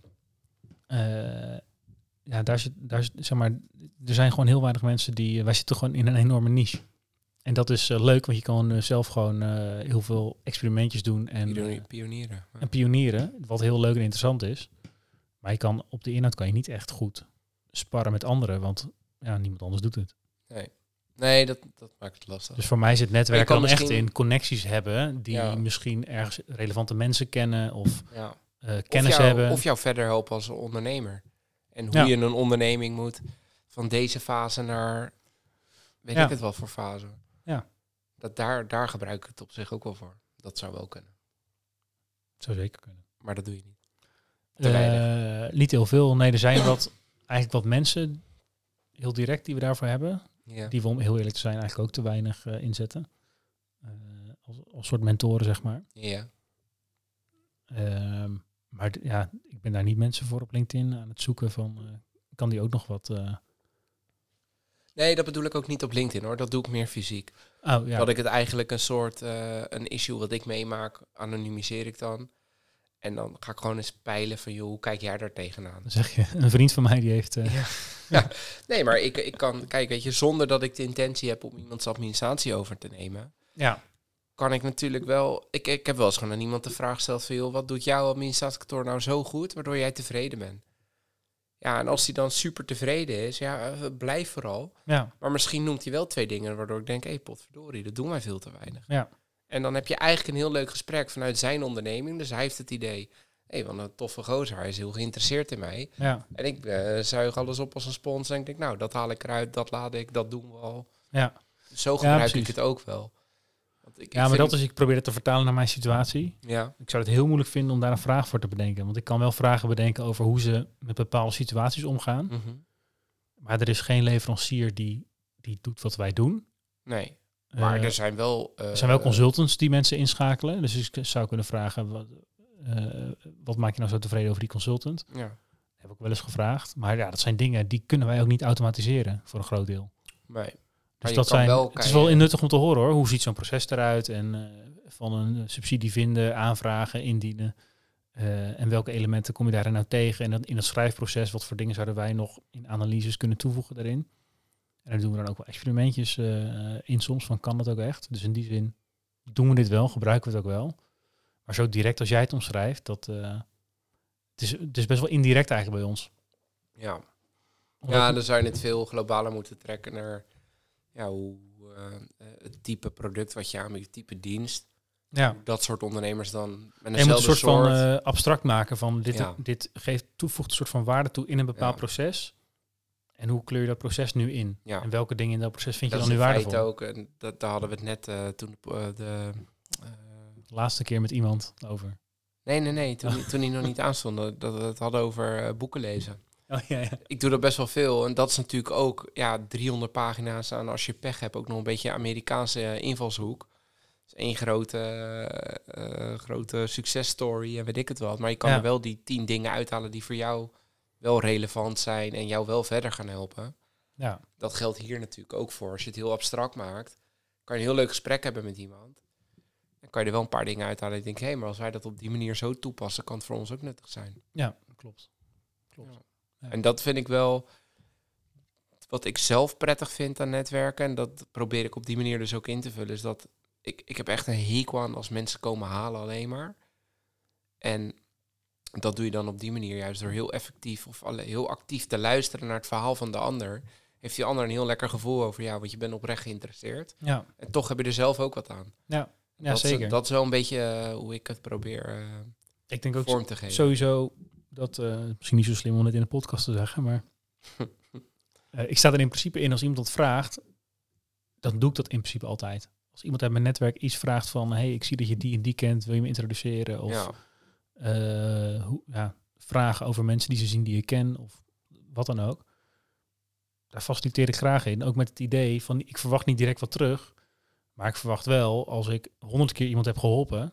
zeg maar, er zijn gewoon heel weinig mensen die, wij zitten gewoon in een enorme niche. En dat is leuk, want je kan zelf gewoon heel veel experimentjes doen en Pionieren. Ja. en pionieren, wat heel leuk en interessant is. Maar je kan op de inhoud kan je niet echt goed sparren met anderen, want niemand anders doet het. Nee, dat maakt het lastig. Dus voor mij zit netwerk kan dan echt misschien in connecties hebben die misschien ergens relevante mensen kennen of kennis hebben. Of jou verder helpen als ondernemer. En hoe je een onderneming moet van deze fase naar, weet ik het wel voor fase. Ja. Daar gebruik ik het op zich ook wel voor. Dat zou wel kunnen. Zou zeker kunnen. Maar dat doe je niet. Te weinig. Niet heel veel. Nee, er zijn eigenlijk wat mensen, heel direct, die we daarvoor hebben. Ja. Die we, om heel eerlijk te zijn, eigenlijk ook te weinig inzetten. Als soort mentoren, zeg maar. Ja. Maar ik ben daar niet mensen voor op LinkedIn aan het zoeken van, kan die ook nog wat... Nee, dat bedoel ik ook niet op LinkedIn hoor. Dat doe ik meer fysiek. Oh, ja. Dat ik het eigenlijk een soort, een issue wat ik meemaak, anonimiseer ik dan. En dan ga ik gewoon eens peilen van, joh, hoe kijk jij daar tegenaan? Dan zeg je, een vriend van mij die heeft... Nee, maar ik kan, kijk, weet je, zonder dat ik de intentie heb om iemands administratie over te nemen, kan ik natuurlijk wel... Ik heb wel eens gewoon aan iemand de vraag gesteld van, joh, wat doet jouw administratiekantoor nou zo goed, waardoor jij tevreden bent? Ja, en als hij dan super tevreden is, blijf vooral. Ja. Maar misschien noemt hij wel 2 dingen waardoor ik denk, potverdorie, dat doen wij veel te weinig. Ja. En dan heb je eigenlijk een heel leuk gesprek vanuit zijn onderneming. Dus hij heeft het idee, wat een toffe gozer, hij is heel geïnteresseerd in mij. Ja. En ik zuig alles op als een spons en ik denk, nou, dat haal ik eruit, dat laat ik, dat doen we al. Ja. Zo gebruik ik het ook wel. Want ik probeer het te vertalen naar mijn situatie. Ja. Ik zou het heel moeilijk vinden om daar een vraag voor te bedenken. Want ik kan wel vragen bedenken over hoe ze met bepaalde situaties omgaan. Mm-hmm. Maar er is geen leverancier die doet wat wij doen. Nee. Maar er zijn wel... er zijn wel consultants die mensen inschakelen. Dus ik zou kunnen vragen, wat maak je nou zo tevreden over die consultant? Ja. Dat heb ik ook wel eens gevraagd. Maar dat zijn dingen die kunnen wij ook niet automatiseren voor een groot deel. Nee. Dus het is wel nuttig om te horen hoor. Hoe ziet zo'n proces eruit? En van een subsidie vinden, aanvragen, indienen. En welke elementen kom je daar nou tegen? En dan in het schrijfproces, wat voor dingen zouden wij nog in analyses kunnen toevoegen daarin? En daar doen we dan ook wel experimentjes in soms, van kan dat ook echt? Dus in die zin doen we dit wel, gebruiken we het ook wel. Maar zo direct als jij het omschrijft, het is best wel indirect eigenlijk bij ons. Ja. Ja, dan zou je het veel globaler moeten trekken naar hoe het type product wat je aanbiedt, het type dienst. Ja. Dat soort ondernemers dan met een eenzelfde soort van abstract maken van dit toevoegt een soort van waarde toe in een bepaald proces. En hoe kleur je dat proces nu in? Ja. En welke dingen in dat proces vind je dat dan nu waardevol? Dat is ook. En daar hadden we het net toen de laatste keer met iemand over. Nee. Toen hij nog niet aanstond. Dat we het hadden over boeken lezen. Oh, ja. Ik doe dat best wel veel. En dat is natuurlijk ook 300 pagina's aan, als je pech hebt, ook nog een beetje Amerikaanse invalshoek. Dus één grote successtory en weet ik het wat. Maar je kan er wel die 10 dingen uithalen die voor jou wel relevant zijn en jou wel verder gaan helpen. Ja. Dat geldt hier natuurlijk ook voor. Als je het heel abstract maakt, kan je een heel leuk gesprek hebben met iemand. dan kan je er wel een paar dingen uithalen. Ik denk, maar als wij dat op die manier zo toepassen, kan het voor ons ook nuttig zijn. Ja, klopt. Ja. Ja. En dat vind ik wel wat ik zelf prettig vind aan netwerken. En dat probeer ik op die manier dus ook in te vullen. Is dat ik heb echt een hekel aan als mensen komen halen alleen maar. En dat doe je dan op die manier juist door heel effectief of heel actief te luisteren naar het verhaal van de ander. Heeft die ander een heel lekker gevoel over jou, want je bent oprecht geïnteresseerd. Ja. En toch heb je er zelf ook wat aan. Ja, zeker. Dat is wel een beetje hoe ik het probeer ik denk ook vorm te geven. Sowieso dat, misschien niet zo slim om het in de podcast te zeggen, maar ik sta er in principe in als iemand dat vraagt, dan doe ik dat in principe altijd. Als iemand uit mijn netwerk iets vraagt van, hey, ik zie dat je die en die kent, wil je me introduceren? Of vragen over mensen die ze zien die je ken, of wat dan ook. Daar faciliteer ik graag in. Ook met het idee van, ik verwacht niet direct wat terug, maar ik verwacht wel, als ik 100 keer iemand heb geholpen,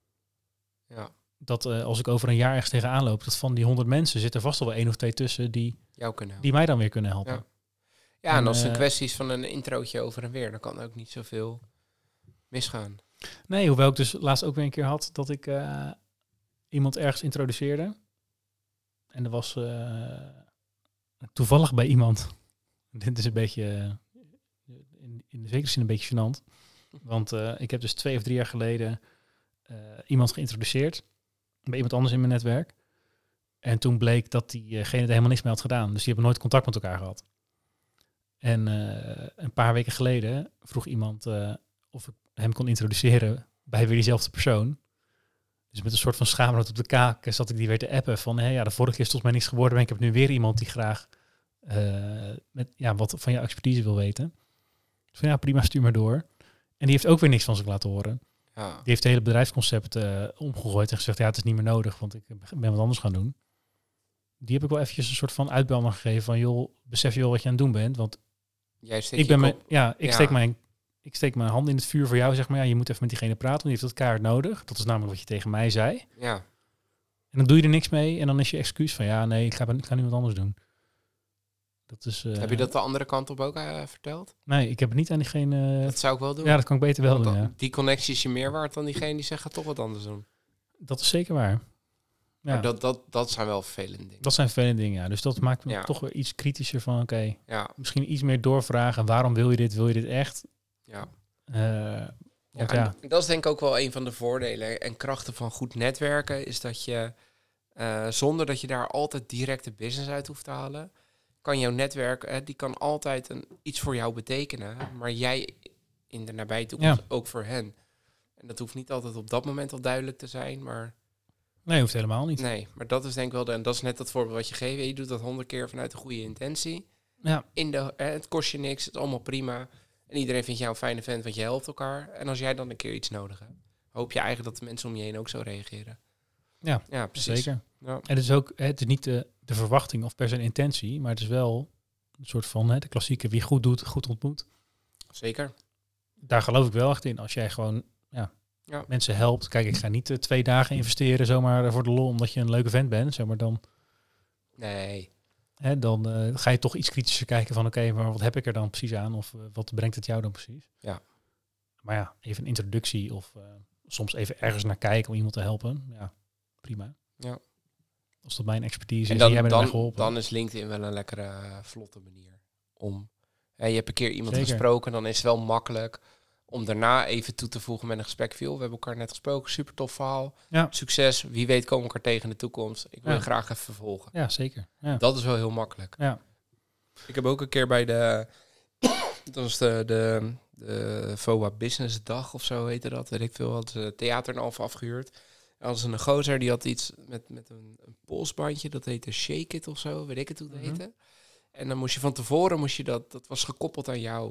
dat als ik over een jaar ergens tegenaan loop, dat van die 100 mensen zit er vast al wel 1 of 2 tussen die mij dan weer kunnen helpen. Ja, en als het een kwestie is van een introotje over en weer, dan kan er ook niet zoveel misgaan. Nee, hoewel ik dus laatst ook weer een keer had dat ik iemand ergens introduceerde. En er was toevallig bij iemand. Dit is een beetje, in de zekere zin een beetje gênant. Want ik heb dus 2 of 3 jaar geleden iemand geïntroduceerd bij iemand anders in mijn netwerk. En toen bleek dat diegene er helemaal niks mee had gedaan. Dus die hebben nooit contact met elkaar gehad. En een paar weken geleden vroeg iemand of ik hem kon introduceren bij weer diezelfde persoon. Dus met een soort van schaamrood op de kaak zat ik die weer te appen van, de vorige keer is volgens mij niks geworden, maar ik heb nu weer iemand die graag wat van jouw expertise wil weten. Dus van, prima, stuur maar door. En die heeft ook weer niks van zich laten horen. Ja. Die heeft het hele bedrijfsconcept omgegooid en gezegd, het is niet meer nodig, want ik ben wat anders gaan doen. Die heb ik wel eventjes een soort van uitbel gegeven van, joh, besef je wel wat je aan het doen bent? Want ik steek mijn hand in het vuur voor jou, zeg maar. Ja, je moet even met diegene praten, want die heeft dat keihard nodig. Dat is namelijk wat je tegen mij zei. Ja. En dan doe je er niks mee en dan is je excuus van, ik ga nu wat anders doen. Dat is, heb je dat de andere kant op ook verteld? Nee, ik heb het niet aan diegene... Dat zou ik wel doen. Ja, dat kan ik beter wel doen, ja. Die connectie is je meer waard dan diegene die zegt, ga toch wat anders doen. Dat is zeker waar. Ja. Maar dat zijn wel vervelende dingen. Dat zijn vervelende dingen, ja. Dus dat maakt me toch weer iets kritischer van, misschien iets meer doorvragen. Waarom wil je dit? Wil je dit echt? Ja. En dat is denk ik ook wel een van de voordelen en krachten van goed netwerken, is dat je, zonder dat je daar altijd directe business uit hoeft te halen, kan jouw netwerk, die kan altijd iets voor jou betekenen, maar jij in de nabije toekomst ook voor hen. En dat hoeft niet altijd op dat moment al duidelijk te zijn, maar... Nee, hoeft helemaal niet. Nee, maar dat is denk ik wel en dat is net dat voorbeeld wat je geeft. Je doet dat 100 keer vanuit een goede intentie. Ja. Het kost je niks, het is allemaal prima. En iedereen vindt jou een fijne vent, want je helpt elkaar. En als jij dan een keer iets nodig hebt, hoop je eigenlijk dat de mensen om je heen ook zo reageren. Ja, precies. Zeker. Ja. En het is niet de verwachting of per se een intentie, maar het is wel een soort van de klassieke wie goed doet, goed ontmoet. Zeker. Daar geloof ik wel echt in. Als jij gewoon mensen helpt. Kijk, ik ga niet 2 dagen investeren zomaar voor de lol omdat je een leuke vent bent. Zeg maar dan. Nee. Dan ga je toch iets kritischer kijken van oké, maar wat heb ik er dan precies aan? Of wat brengt het jou dan precies? Ja. Maar even een introductie of soms even ergens naar kijken om iemand te helpen. Ja, prima. Ja. Als dat mijn expertise en is en jij bent erbij geholpen. Dan is LinkedIn wel een lekkere, vlotte manier om... je hebt een keer iemand gesproken, dan is het wel makkelijk om daarna even toe te voegen met een gesprek. We hebben elkaar net gesproken, super tof verhaal. Ja. Succes, wie weet komen we elkaar tegen in de toekomst. Ik wil je graag even vervolgen. Ja, zeker. Ja. Dat is wel heel makkelijk. Ja. Ik heb ook een keer bij de... dat was de FOA Business Dag of zo heette dat. Weet ik veel, had theater en Alphen afgehuurd. En als een gozer, die had iets met een polsbandje, dat heette Shake It of zo, weet ik het hoe het heette. En dan moest je van tevoren, dat was gekoppeld aan jouw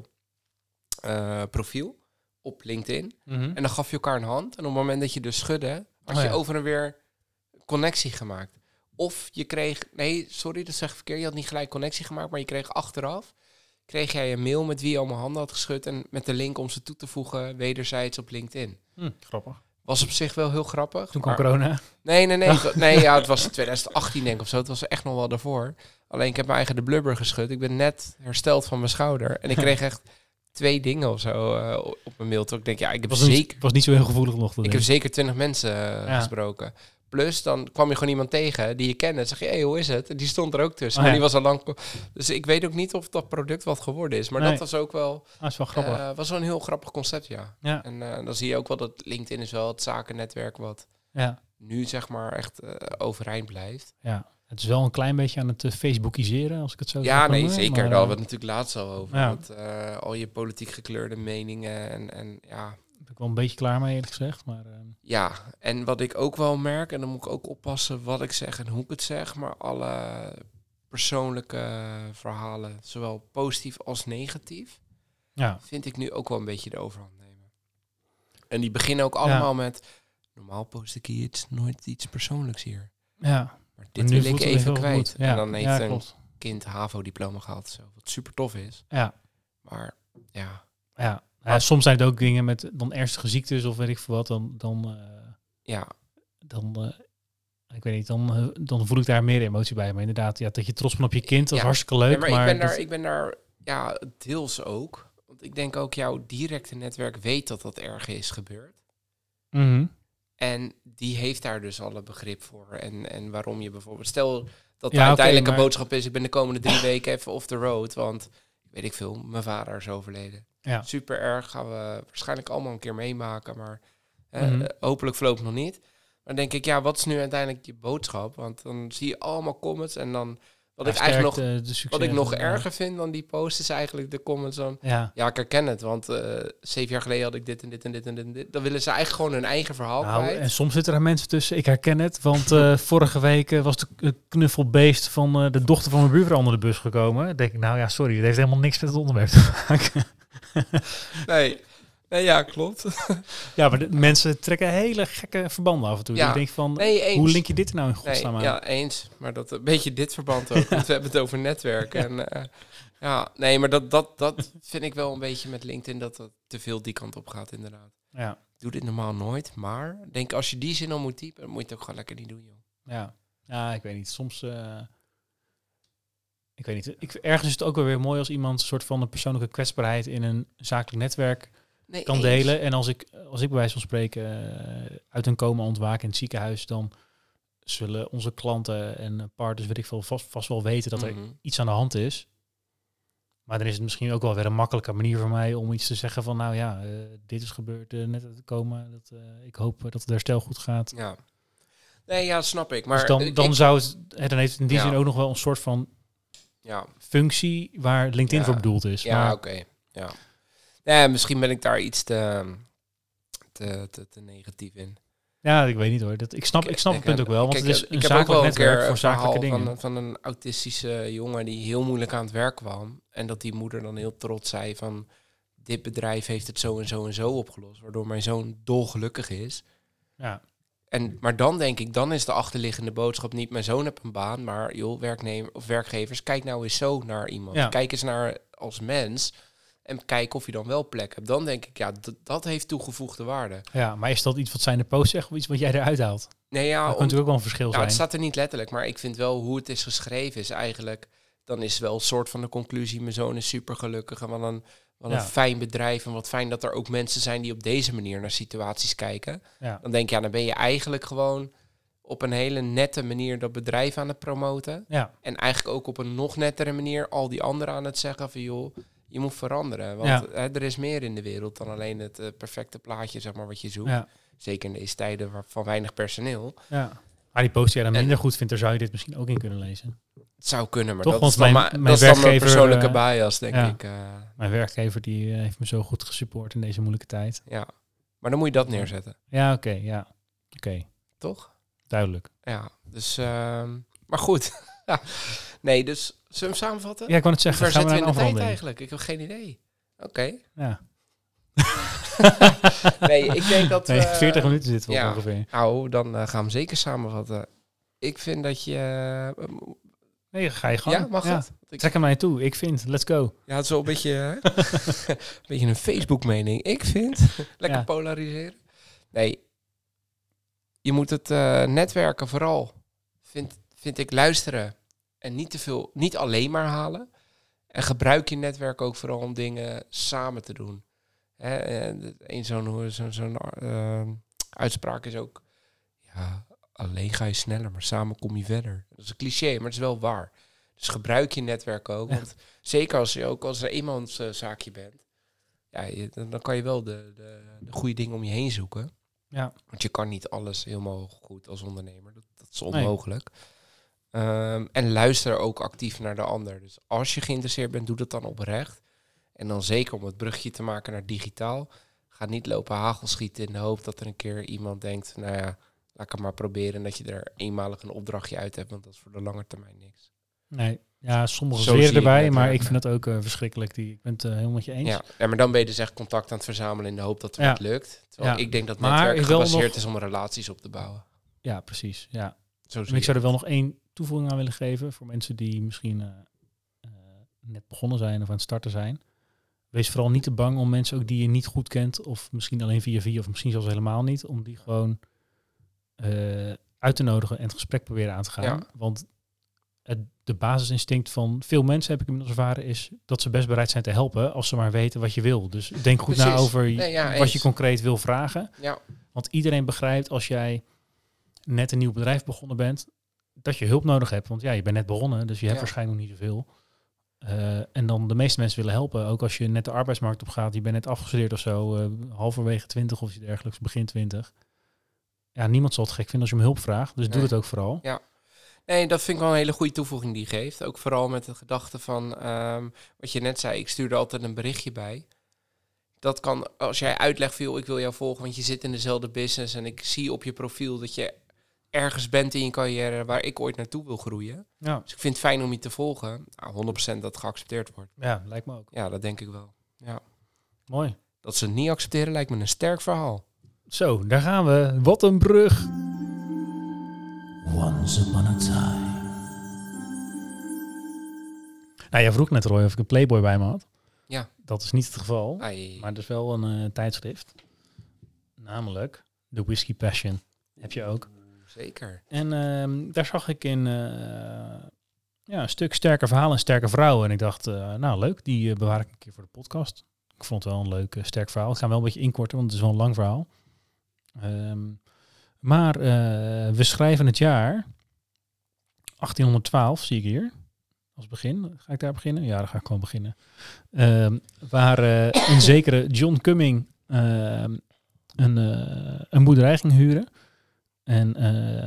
profiel op LinkedIn. En dan gaf je elkaar een hand. En op het moment dat je dus schudde, had je over en weer connectie gemaakt. Of je kreeg, nee, sorry, dat zeg ik verkeerd. Je had niet gelijk connectie gemaakt, maar je kreeg achteraf, kreeg jij een mail met wie je allemaal handen had geschud en met de link om ze toe te voegen wederzijds op LinkedIn. Grappig. Was op zich wel heel grappig. Toen kwam corona. Nee. Nee, ja, het was 2018 denk ik of zo. Het was echt nog wel daarvoor. Alleen ik heb mijn eigen de blubber geschud. Ik ben net hersteld van mijn schouder. En ik kreeg echt 2 dingen of zo op mijn mail. Toen ik denk, ik heb was niet zo heel gevoelig nog. Ik heb zeker 20 mensen gesproken. Plus, dan kwam je gewoon iemand tegen die je kende. Dan zeg je, hoe is het? En die stond er ook tussen. Maar die was al lang... Dus ik weet ook niet of dat product wat geworden is. Maar dat was ook wel... is wel grappig. Was wel een heel grappig concept, ja. En dan zie je ook wel dat LinkedIn is wel het zakennetwerk wat nu zeg maar echt overeind blijft. Ja, het is wel een klein beetje aan het Facebookiseren, als ik het zo zeg. Ja, nee, zeker. Daar hadden we het natuurlijk laatst al over. Ja. Met, al je politiek gekleurde meningen en ja... Ben ik wel een beetje klaar mee, eerlijk gezegd. Maar, Ja, en wat ik ook wel merk, en dan moet ik ook oppassen wat ik zeg en hoe ik het zeg, maar alle persoonlijke verhalen, zowel positief als negatief, vind ik nu ook wel een beetje de overhand nemen. En die beginnen ook allemaal met, normaal post ik nooit iets persoonlijks hier. Ja. Maar dit wil ik even kwijt. Ja. En dan heeft een kind HAVO-diploma gehaald, zo, wat super tof is. Ja. Maar ja... Ja, soms zijn het ook dingen met dan ernstige ziektes of weet ik veel wat. Ik weet niet, dan voel ik daar meer emotie bij. Maar inderdaad, dat je trots bent op je kind, dat is hartstikke leuk. Ja, maar ik ben daar deels ook. Want ik denk ook jouw directe netwerk weet dat erg is gebeurd. Mm-hmm. En die heeft daar dus alle begrip voor. En waarom je bijvoorbeeld... Stel dat de uiteindelijke boodschap is, ik ben de komende 3 weken even off the road. Want, weet ik veel, mijn vader is overleden. Ja. Super erg, gaan we waarschijnlijk allemaal een keer meemaken, maar hopelijk voorlopig nog niet. Maar dan denk ik, wat is nu uiteindelijk je boodschap? Want dan zie je allemaal comments en dan... Wat ik nog erger vind dan die post is eigenlijk de comments van... Ja, ik herken het, want 7 jaar geleden had ik dit en dit en dit en dit. Dan willen ze eigenlijk gewoon hun eigen verhaal kwijt. En soms zitten er mensen tussen, ik herken het. Want vorige week was de knuffelbeest van de dochter van mijn buurvrouw onder de bus gekomen. Dan denk ik, sorry, het heeft helemaal niks met het onderwerp te maken. Nee, ja, klopt. Ja, maar de mensen trekken hele gekke verbanden af en toe. Ja. Ik denk van, hoe link je dit nou in godsnaam aan? Ja, eens. Maar dat een beetje dit verband ook. Want we hebben het over netwerken. En, maar dat vind ik wel een beetje met LinkedIn, dat het te veel die kant op gaat, inderdaad. Ja. Ik doe dit normaal nooit, maar denk als je die zin al moet typen, dan moet je het ook gewoon lekker niet doen, joh. Ja, ik weet niet. Soms... Ik weet niet. Ergens is het ook wel weer mooi als iemand een soort van een persoonlijke kwetsbaarheid in een zakelijk netwerk kan delen. En als ik bij wijze van spreken uit een coma ontwaak in het ziekenhuis, dan zullen onze klanten en partners, weet ik veel, vast wel weten dat er iets aan de hand is. Maar dan is het misschien ook wel weer een makkelijke manier voor mij om iets te zeggen van, dit is gebeurd net uit het coma. Ik hoop dat het herstel goed gaat. Ja. Nee, snap ik. Maar dus dan heeft het in die zin ook nog wel een soort van functie waar LinkedIn voor bedoeld is. Ja, oké. Ja. Ja, misschien ben ik daar iets te negatief in. Ja, ik weet niet hoor. Ik snap het punt ook wel, want het is een zakelijk netwerk voor zakelijke dingen. Van een autistische jongen die heel moeilijk aan het werk kwam. En dat die moeder dan heel trots zei van, dit bedrijf heeft het zo en zo en zo opgelost, waardoor mijn zoon dolgelukkig is. Ja. Maar dan denk ik, dan is de achterliggende boodschap niet, mijn zoon heeft een baan, maar joh, werkgevers, kijk nou eens zo naar iemand. Ja. Kijk eens naar als mens en kijk of je dan wel plek hebt. Dan denk ik, dat heeft toegevoegde waarde. Ja, maar is dat iets wat zij in de post zegt of iets wat jij eruit haalt? Nee, dat kan natuurlijk ook wel een verschil zijn. Het staat er niet letterlijk, maar ik vind wel hoe het is geschreven is eigenlijk, dan is wel een soort van de conclusie, mijn zoon is super gelukkig en wat een fijn bedrijf en wat fijn dat er ook mensen zijn die op deze manier naar situaties kijken. Ja. Dan denk je, dan ben je eigenlijk gewoon op een hele nette manier dat bedrijf aan het promoten. Ja. En eigenlijk ook op een nog nettere manier al die anderen aan het zeggen van, joh, je moet veranderen. Want er is meer in de wereld dan alleen het perfecte plaatje, zeg maar, wat je zoekt. Ja. Zeker in deze tijden van weinig personeel. Ja. Maar die post die jij dan minder goed vindt, daar zou je dit misschien ook in kunnen lezen. Het zou kunnen, maar toch, dat is dan mijn persoonlijke bias, denk ik. Mijn werkgever die heeft me zo goed gesupport in deze moeilijke tijd. Ja, maar dan moet je dat neerzetten. Ja, oké. Toch? Duidelijk. Ja, dus... maar goed. Nee, dus... Zullen we hem samenvatten? Ja, ik wou het zeggen. Waar zitten we in de tijd eigenlijk? Ik heb geen idee. Oké. Ja. Nee, ik denk dat... 40 minuten zitten we ongeveer. Nou, dan gaan we hem zeker samenvatten. Ik vind dat je... Nee, ga je gang. Ja, mag het? Trek hem naar je toe. Ik vind. Let's go. Ja, het is wel een beetje, een beetje een Facebook-mening. Ik vind. Lekker polariseren. Nee. Je moet het netwerken vooral, vind ik, luisteren. En niet te veel, niet alleen maar halen. En gebruik je netwerk ook vooral om dingen samen te doen. Zo'n uitspraak is ook... Ja, alleen ga je sneller, maar samen kom je verder. Dat is een cliché, maar het is wel waar. Dus gebruik je netwerk ook. Ja. Want zeker als er eenmans zaakje bent... Ja, dan kan je wel de goede dingen om je heen zoeken. Ja. Want je kan niet alles helemaal goed als ondernemer. Dat is onmogelijk. En luister ook actief naar de ander. Dus als je geïnteresseerd bent, doe dat dan oprecht. En dan zeker om het brugje te maken naar digitaal. Ga niet lopen hagelschieten in de hoop dat er een keer iemand denkt... Nou ja, laat ik het maar proberen. En dat je er eenmalig een opdrachtje uit hebt. Want dat is voor de lange termijn niks. Nee, ja, sommigen Zo zie zweren ik erbij, het maar werken. ik vind het ook verschrikkelijk. Ik ben het helemaal met je eens. Ja, maar dan ben je dus echt contact aan het verzamelen in de hoop dat er Ja. wat lukt. Terwijl Ja. ik denk dat Maar netwerk ik wil gebaseerd nog- is om relaties op te bouwen. Ja, precies. Ja. Zo zie Maar ik zou er het. wel nog 1 toevoeging aan willen geven voor mensen die misschien net begonnen zijn of aan het starten zijn. Wees vooral niet te bang om mensen ook die je niet goed kent, of misschien alleen via of misschien zelfs helemaal niet, om die gewoon uit te nodigen en het gesprek proberen aan te gaan. Ja. Want de basisinstinct van veel mensen, heb ik inmiddels ervaren, is dat ze best bereid zijn te helpen als ze maar weten wat je wil. Dus denk goed na Precies. over Nee, ja, wat eens. je concreet wil vragen. Ja, Want iedereen begrijpt als jij net een nieuw bedrijf begonnen bent, dat je hulp nodig hebt. Want ja, je bent net begonnen, dus je hebt Ja. waarschijnlijk nog niet zoveel. En dan de meeste mensen willen helpen. Ook als je net de arbeidsmarkt op gaat, je bent net afgestudeerd of zo, halverwege 20 of iets dergelijks, begin 20. Ja, niemand zal het gek vinden als je om hulp vraagt. Dus doe Nee. het ook vooral. nee, dat vind ik wel een hele goede toevoeging die je geeft. Ook vooral met de gedachte van, wat je net zei, ik stuur er altijd een berichtje bij. Dat kan, als jij uitlegt veel, ik wil jou volgen, want je zit in dezelfde business en ik zie op je profiel dat je ergens bent in je carrière waar ik ooit naartoe wil groeien. Ja, Dus ik vind het fijn om je te volgen. Nou, 100% dat geaccepteerd wordt. ja, lijkt me ook. Ja, dat denk ik wel. Ja. Mooi. Dat ze het niet accepteren lijkt me een sterk verhaal. Zo, daar gaan we. Wat een brug. Once upon a time. Nou, jij vroeg net, Roy, of ik een Playboy bij me had. Ja. Dat is niet het geval. Ai. Maar het is wel een tijdschrift. Namelijk The Whiskey Passion. Heb je ook. Zeker. En daar zag ik in een stuk sterke verhalen en sterke vrouwen. En ik dacht, nou leuk, die bewaar ik een keer voor de podcast. Ik vond het wel een leuk, sterk verhaal. Ik ga hem wel een beetje inkorten, want het is wel een lang verhaal. Maar we schrijven het jaar 1812, zie ik hier. Als begin. Ga ik daar beginnen? Ja, dan ga ik gewoon beginnen. Waar een zekere John Cumming een boerderij ging huren. En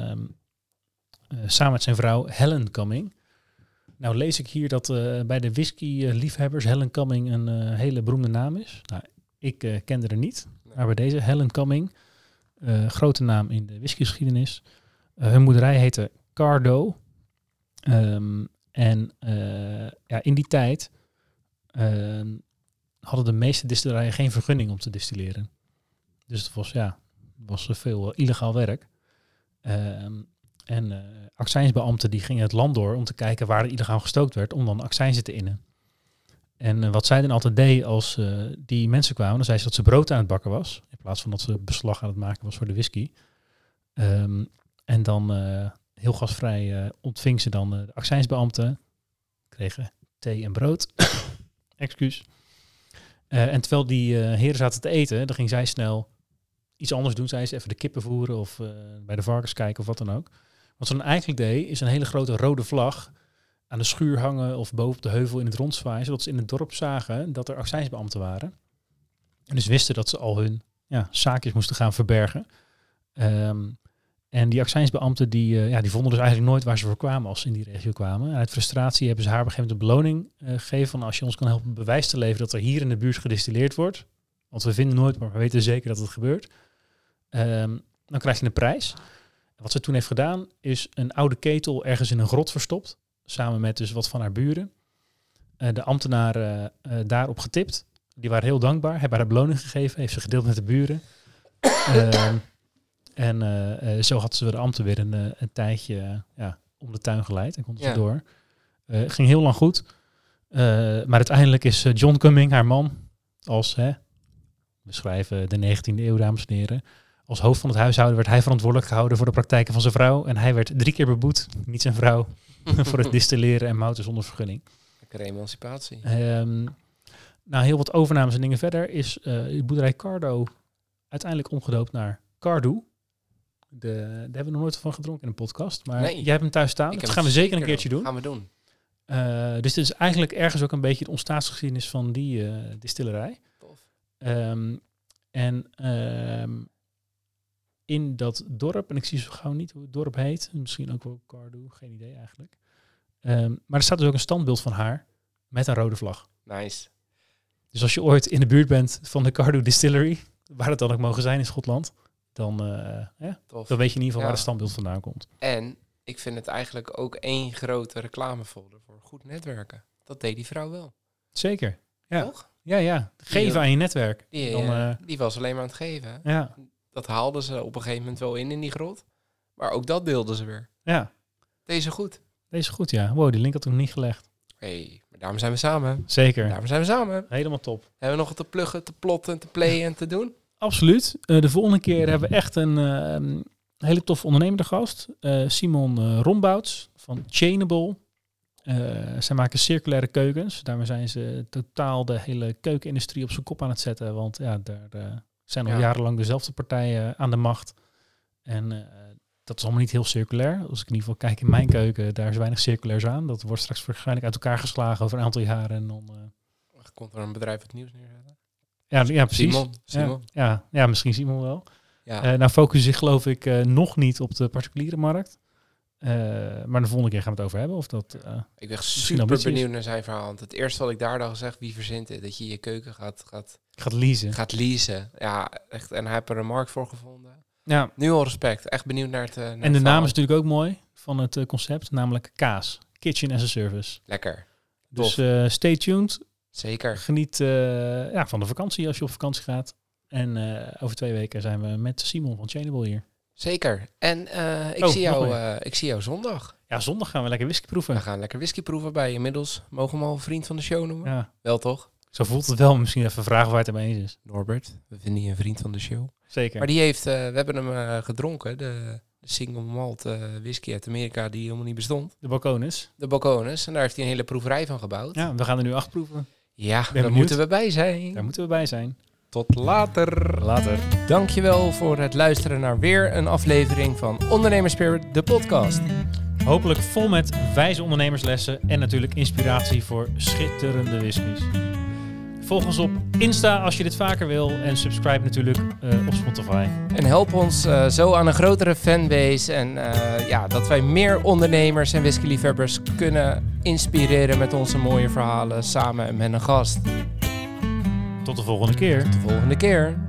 samen met zijn vrouw Helen Cumming. Nou lees ik hier dat bij de whisky-liefhebbers Helen Cumming een hele beroemde naam is. Nou, ik kende er niet. Maar bij deze Helen Cumming, grote naam in de whiskygeschiedenis. Hun boerderij heette Cardo. In die tijd hadden de meeste distillerijen geen vergunning om te distilleren. Dus het was veel illegaal werk. Accijnsbeambten die gingen het land door om te kijken waar er illegaal gestookt werd, om dan accijnzen te innen. En wat zij dan altijd deed als die mensen kwamen, dan zei ze dat ze brood aan het bakken was, in plaats van dat ze beslag aan het maken was voor de whisky. En dan heel gastvrij ontving ze dan de accijnsbeambten, kregen thee en brood. Excuus. En terwijl die heren zaten te eten, dan ging zij snel iets anders doen. Zij is even de kippen voeren of bij de varkens kijken of wat dan ook. Wat ze dan eigenlijk deed, is een hele grote rode vlag aan de schuur hangen of boven op de heuvel in het rond zwaaien, zodat ze in het dorp zagen dat er accijnsbeambten waren. En dus wisten dat ze al hun zaakjes moesten gaan verbergen. En die accijnsbeambten die vonden dus eigenlijk nooit waar ze voor kwamen als ze in die regio kwamen. En uit frustratie hebben ze haar op een gegeven moment een beloning gegeven van als je ons kan helpen bewijs te leveren dat er hier in de buurt gedistilleerd wordt. Want we vinden nooit, maar we weten zeker dat het gebeurt. Dan krijg je een prijs. En wat ze toen heeft gedaan is een oude ketel ergens in een grot verstopt. Samen met dus wat van haar buren. De ambtenaren daarop getipt. Die waren heel dankbaar. Hebben haar beloning gegeven. Heeft ze gedeeld met de buren. Zo had ze de ambten weer een tijdje om de tuin geleid. En konden ze door. Ging heel lang goed. Maar uiteindelijk is John Cumming, haar man, als, we schrijven de 19e eeuw, dames en heren, als hoofd van het huishouden werd hij verantwoordelijk gehouden voor de praktijken van zijn vrouw. En hij werd 3 keer beboet, niet zijn vrouw, voor het distilleren en mouten zonder vergunning. Lekkere emancipatie. Na heel wat overnames en dingen verder is de boerderij Cardo uiteindelijk omgedoopt naar Cardo. Daar hebben we nog nooit van gedronken in een podcast. Maar Nee. jij hebt hem thuis staan. Dat gaan we zeker een keertje doen. Gaan we doen. Dus dit is eigenlijk ergens ook een beetje de ontstaansgeschiedenis van die distillerij. Tof. In dat dorp, en ik zie zo gauw niet hoe het dorp heet. Misschien ook wel Cardo, geen idee eigenlijk. Maar er staat dus ook een standbeeld van haar met een rode vlag. Nice. Dus als je ooit in de buurt bent van de Cardo Distillery, waar het dan ook mogen zijn in Schotland, dan Tof. weet je in ieder geval Ja. waar het standbeeld vandaan komt. En ik vind het eigenlijk ook één grote reclamefolder voor goed netwerken. Dat deed die vrouw wel. Zeker. Ja. Toch? Ja. Geven aan je netwerk. Die was alleen maar aan het geven. Hè? Ja. Dat haalden ze op een gegeven moment wel in die grot. Maar ook dat deelden ze weer. Ja. Deze goed. Deze goed, ja. Wow, die link had ik nog niet gelegd. Maar daarom zijn we samen. Zeker. Daarom zijn we samen. Helemaal top. Hebben we nog wat te pluggen, te plotten, te playen en te doen? Absoluut. De volgende keer hebben we echt een hele toffe ondernemer te gast. Simon Rombouts van Chainable. Zij maken circulaire keukens. Daarmee zijn ze totaal de hele keukenindustrie op zijn kop aan het zetten. Want ja, daar zijn al jarenlang dezelfde partijen aan de macht. En dat is allemaal niet heel circulair. Als ik in ieder geval kijk in mijn keuken, daar is weinig circulairs aan. Dat wordt straks waarschijnlijk uit elkaar geslagen over een aantal jaren. En dan Komt er een bedrijf wat nieuws neerzetten? ja, precies. Simon. Ja, misschien Simon wel. Ja. Nou focussen zich geloof ik nog niet op de particuliere markt. Maar de volgende keer gaan we het over hebben. Of dat, Ik ben misschien super ambities. benieuwd naar zijn verhaal. Want het eerste wat ik daar dan zeg, wie verzint dit? Dat je je keuken gaat leasen. gaat leasen. Ja, echt. En hij heeft er een markt voor gevonden. Ja. Nu al respect. Echt benieuwd naar het naar En het de naam verhaal. is natuurlijk ook mooi van het concept. Namelijk Kaas. Kitchen as a Service. Lekker. Dus Tof. stay tuned. Zeker. Geniet van de vakantie als je op vakantie gaat. En over 2 weken zijn we met Simon van Chainable hier. Zeker. En ik zie jou zondag. Ja, zondag gaan we lekker whisky proeven. We gaan lekker whisky proeven bij inmiddels. Mogen we hem al vriend van de show noemen? Ja. Wel toch? Zo voelt het wel. Misschien even vragen waar het mee eens is. Norbert, we vinden je een vriend van de show. Zeker. Maar die heeft, we hebben hem gedronken. De single malt whisky uit Amerika die helemaal niet bestond. De Balcones. De Balcones. En daar heeft hij een hele proeverij van gebouwd. Ja, we gaan er nu 8 proeven. Ja, daar benieuwd. moeten we bij zijn. Daar moeten we bij zijn. Tot later. Later. Dankjewel voor het luisteren naar weer een aflevering van Ondernemerspirit, de podcast. Hopelijk vol met wijze ondernemerslessen en natuurlijk inspiratie voor schitterende whiskies. Volg ons op Insta als je dit vaker wil en subscribe natuurlijk op Spotify. En help ons zo aan een grotere fanbase en dat wij meer ondernemers en whiskyliefhebbers kunnen inspireren met onze mooie verhalen samen en met een gast. Tot de volgende keer. Tot de volgende keer.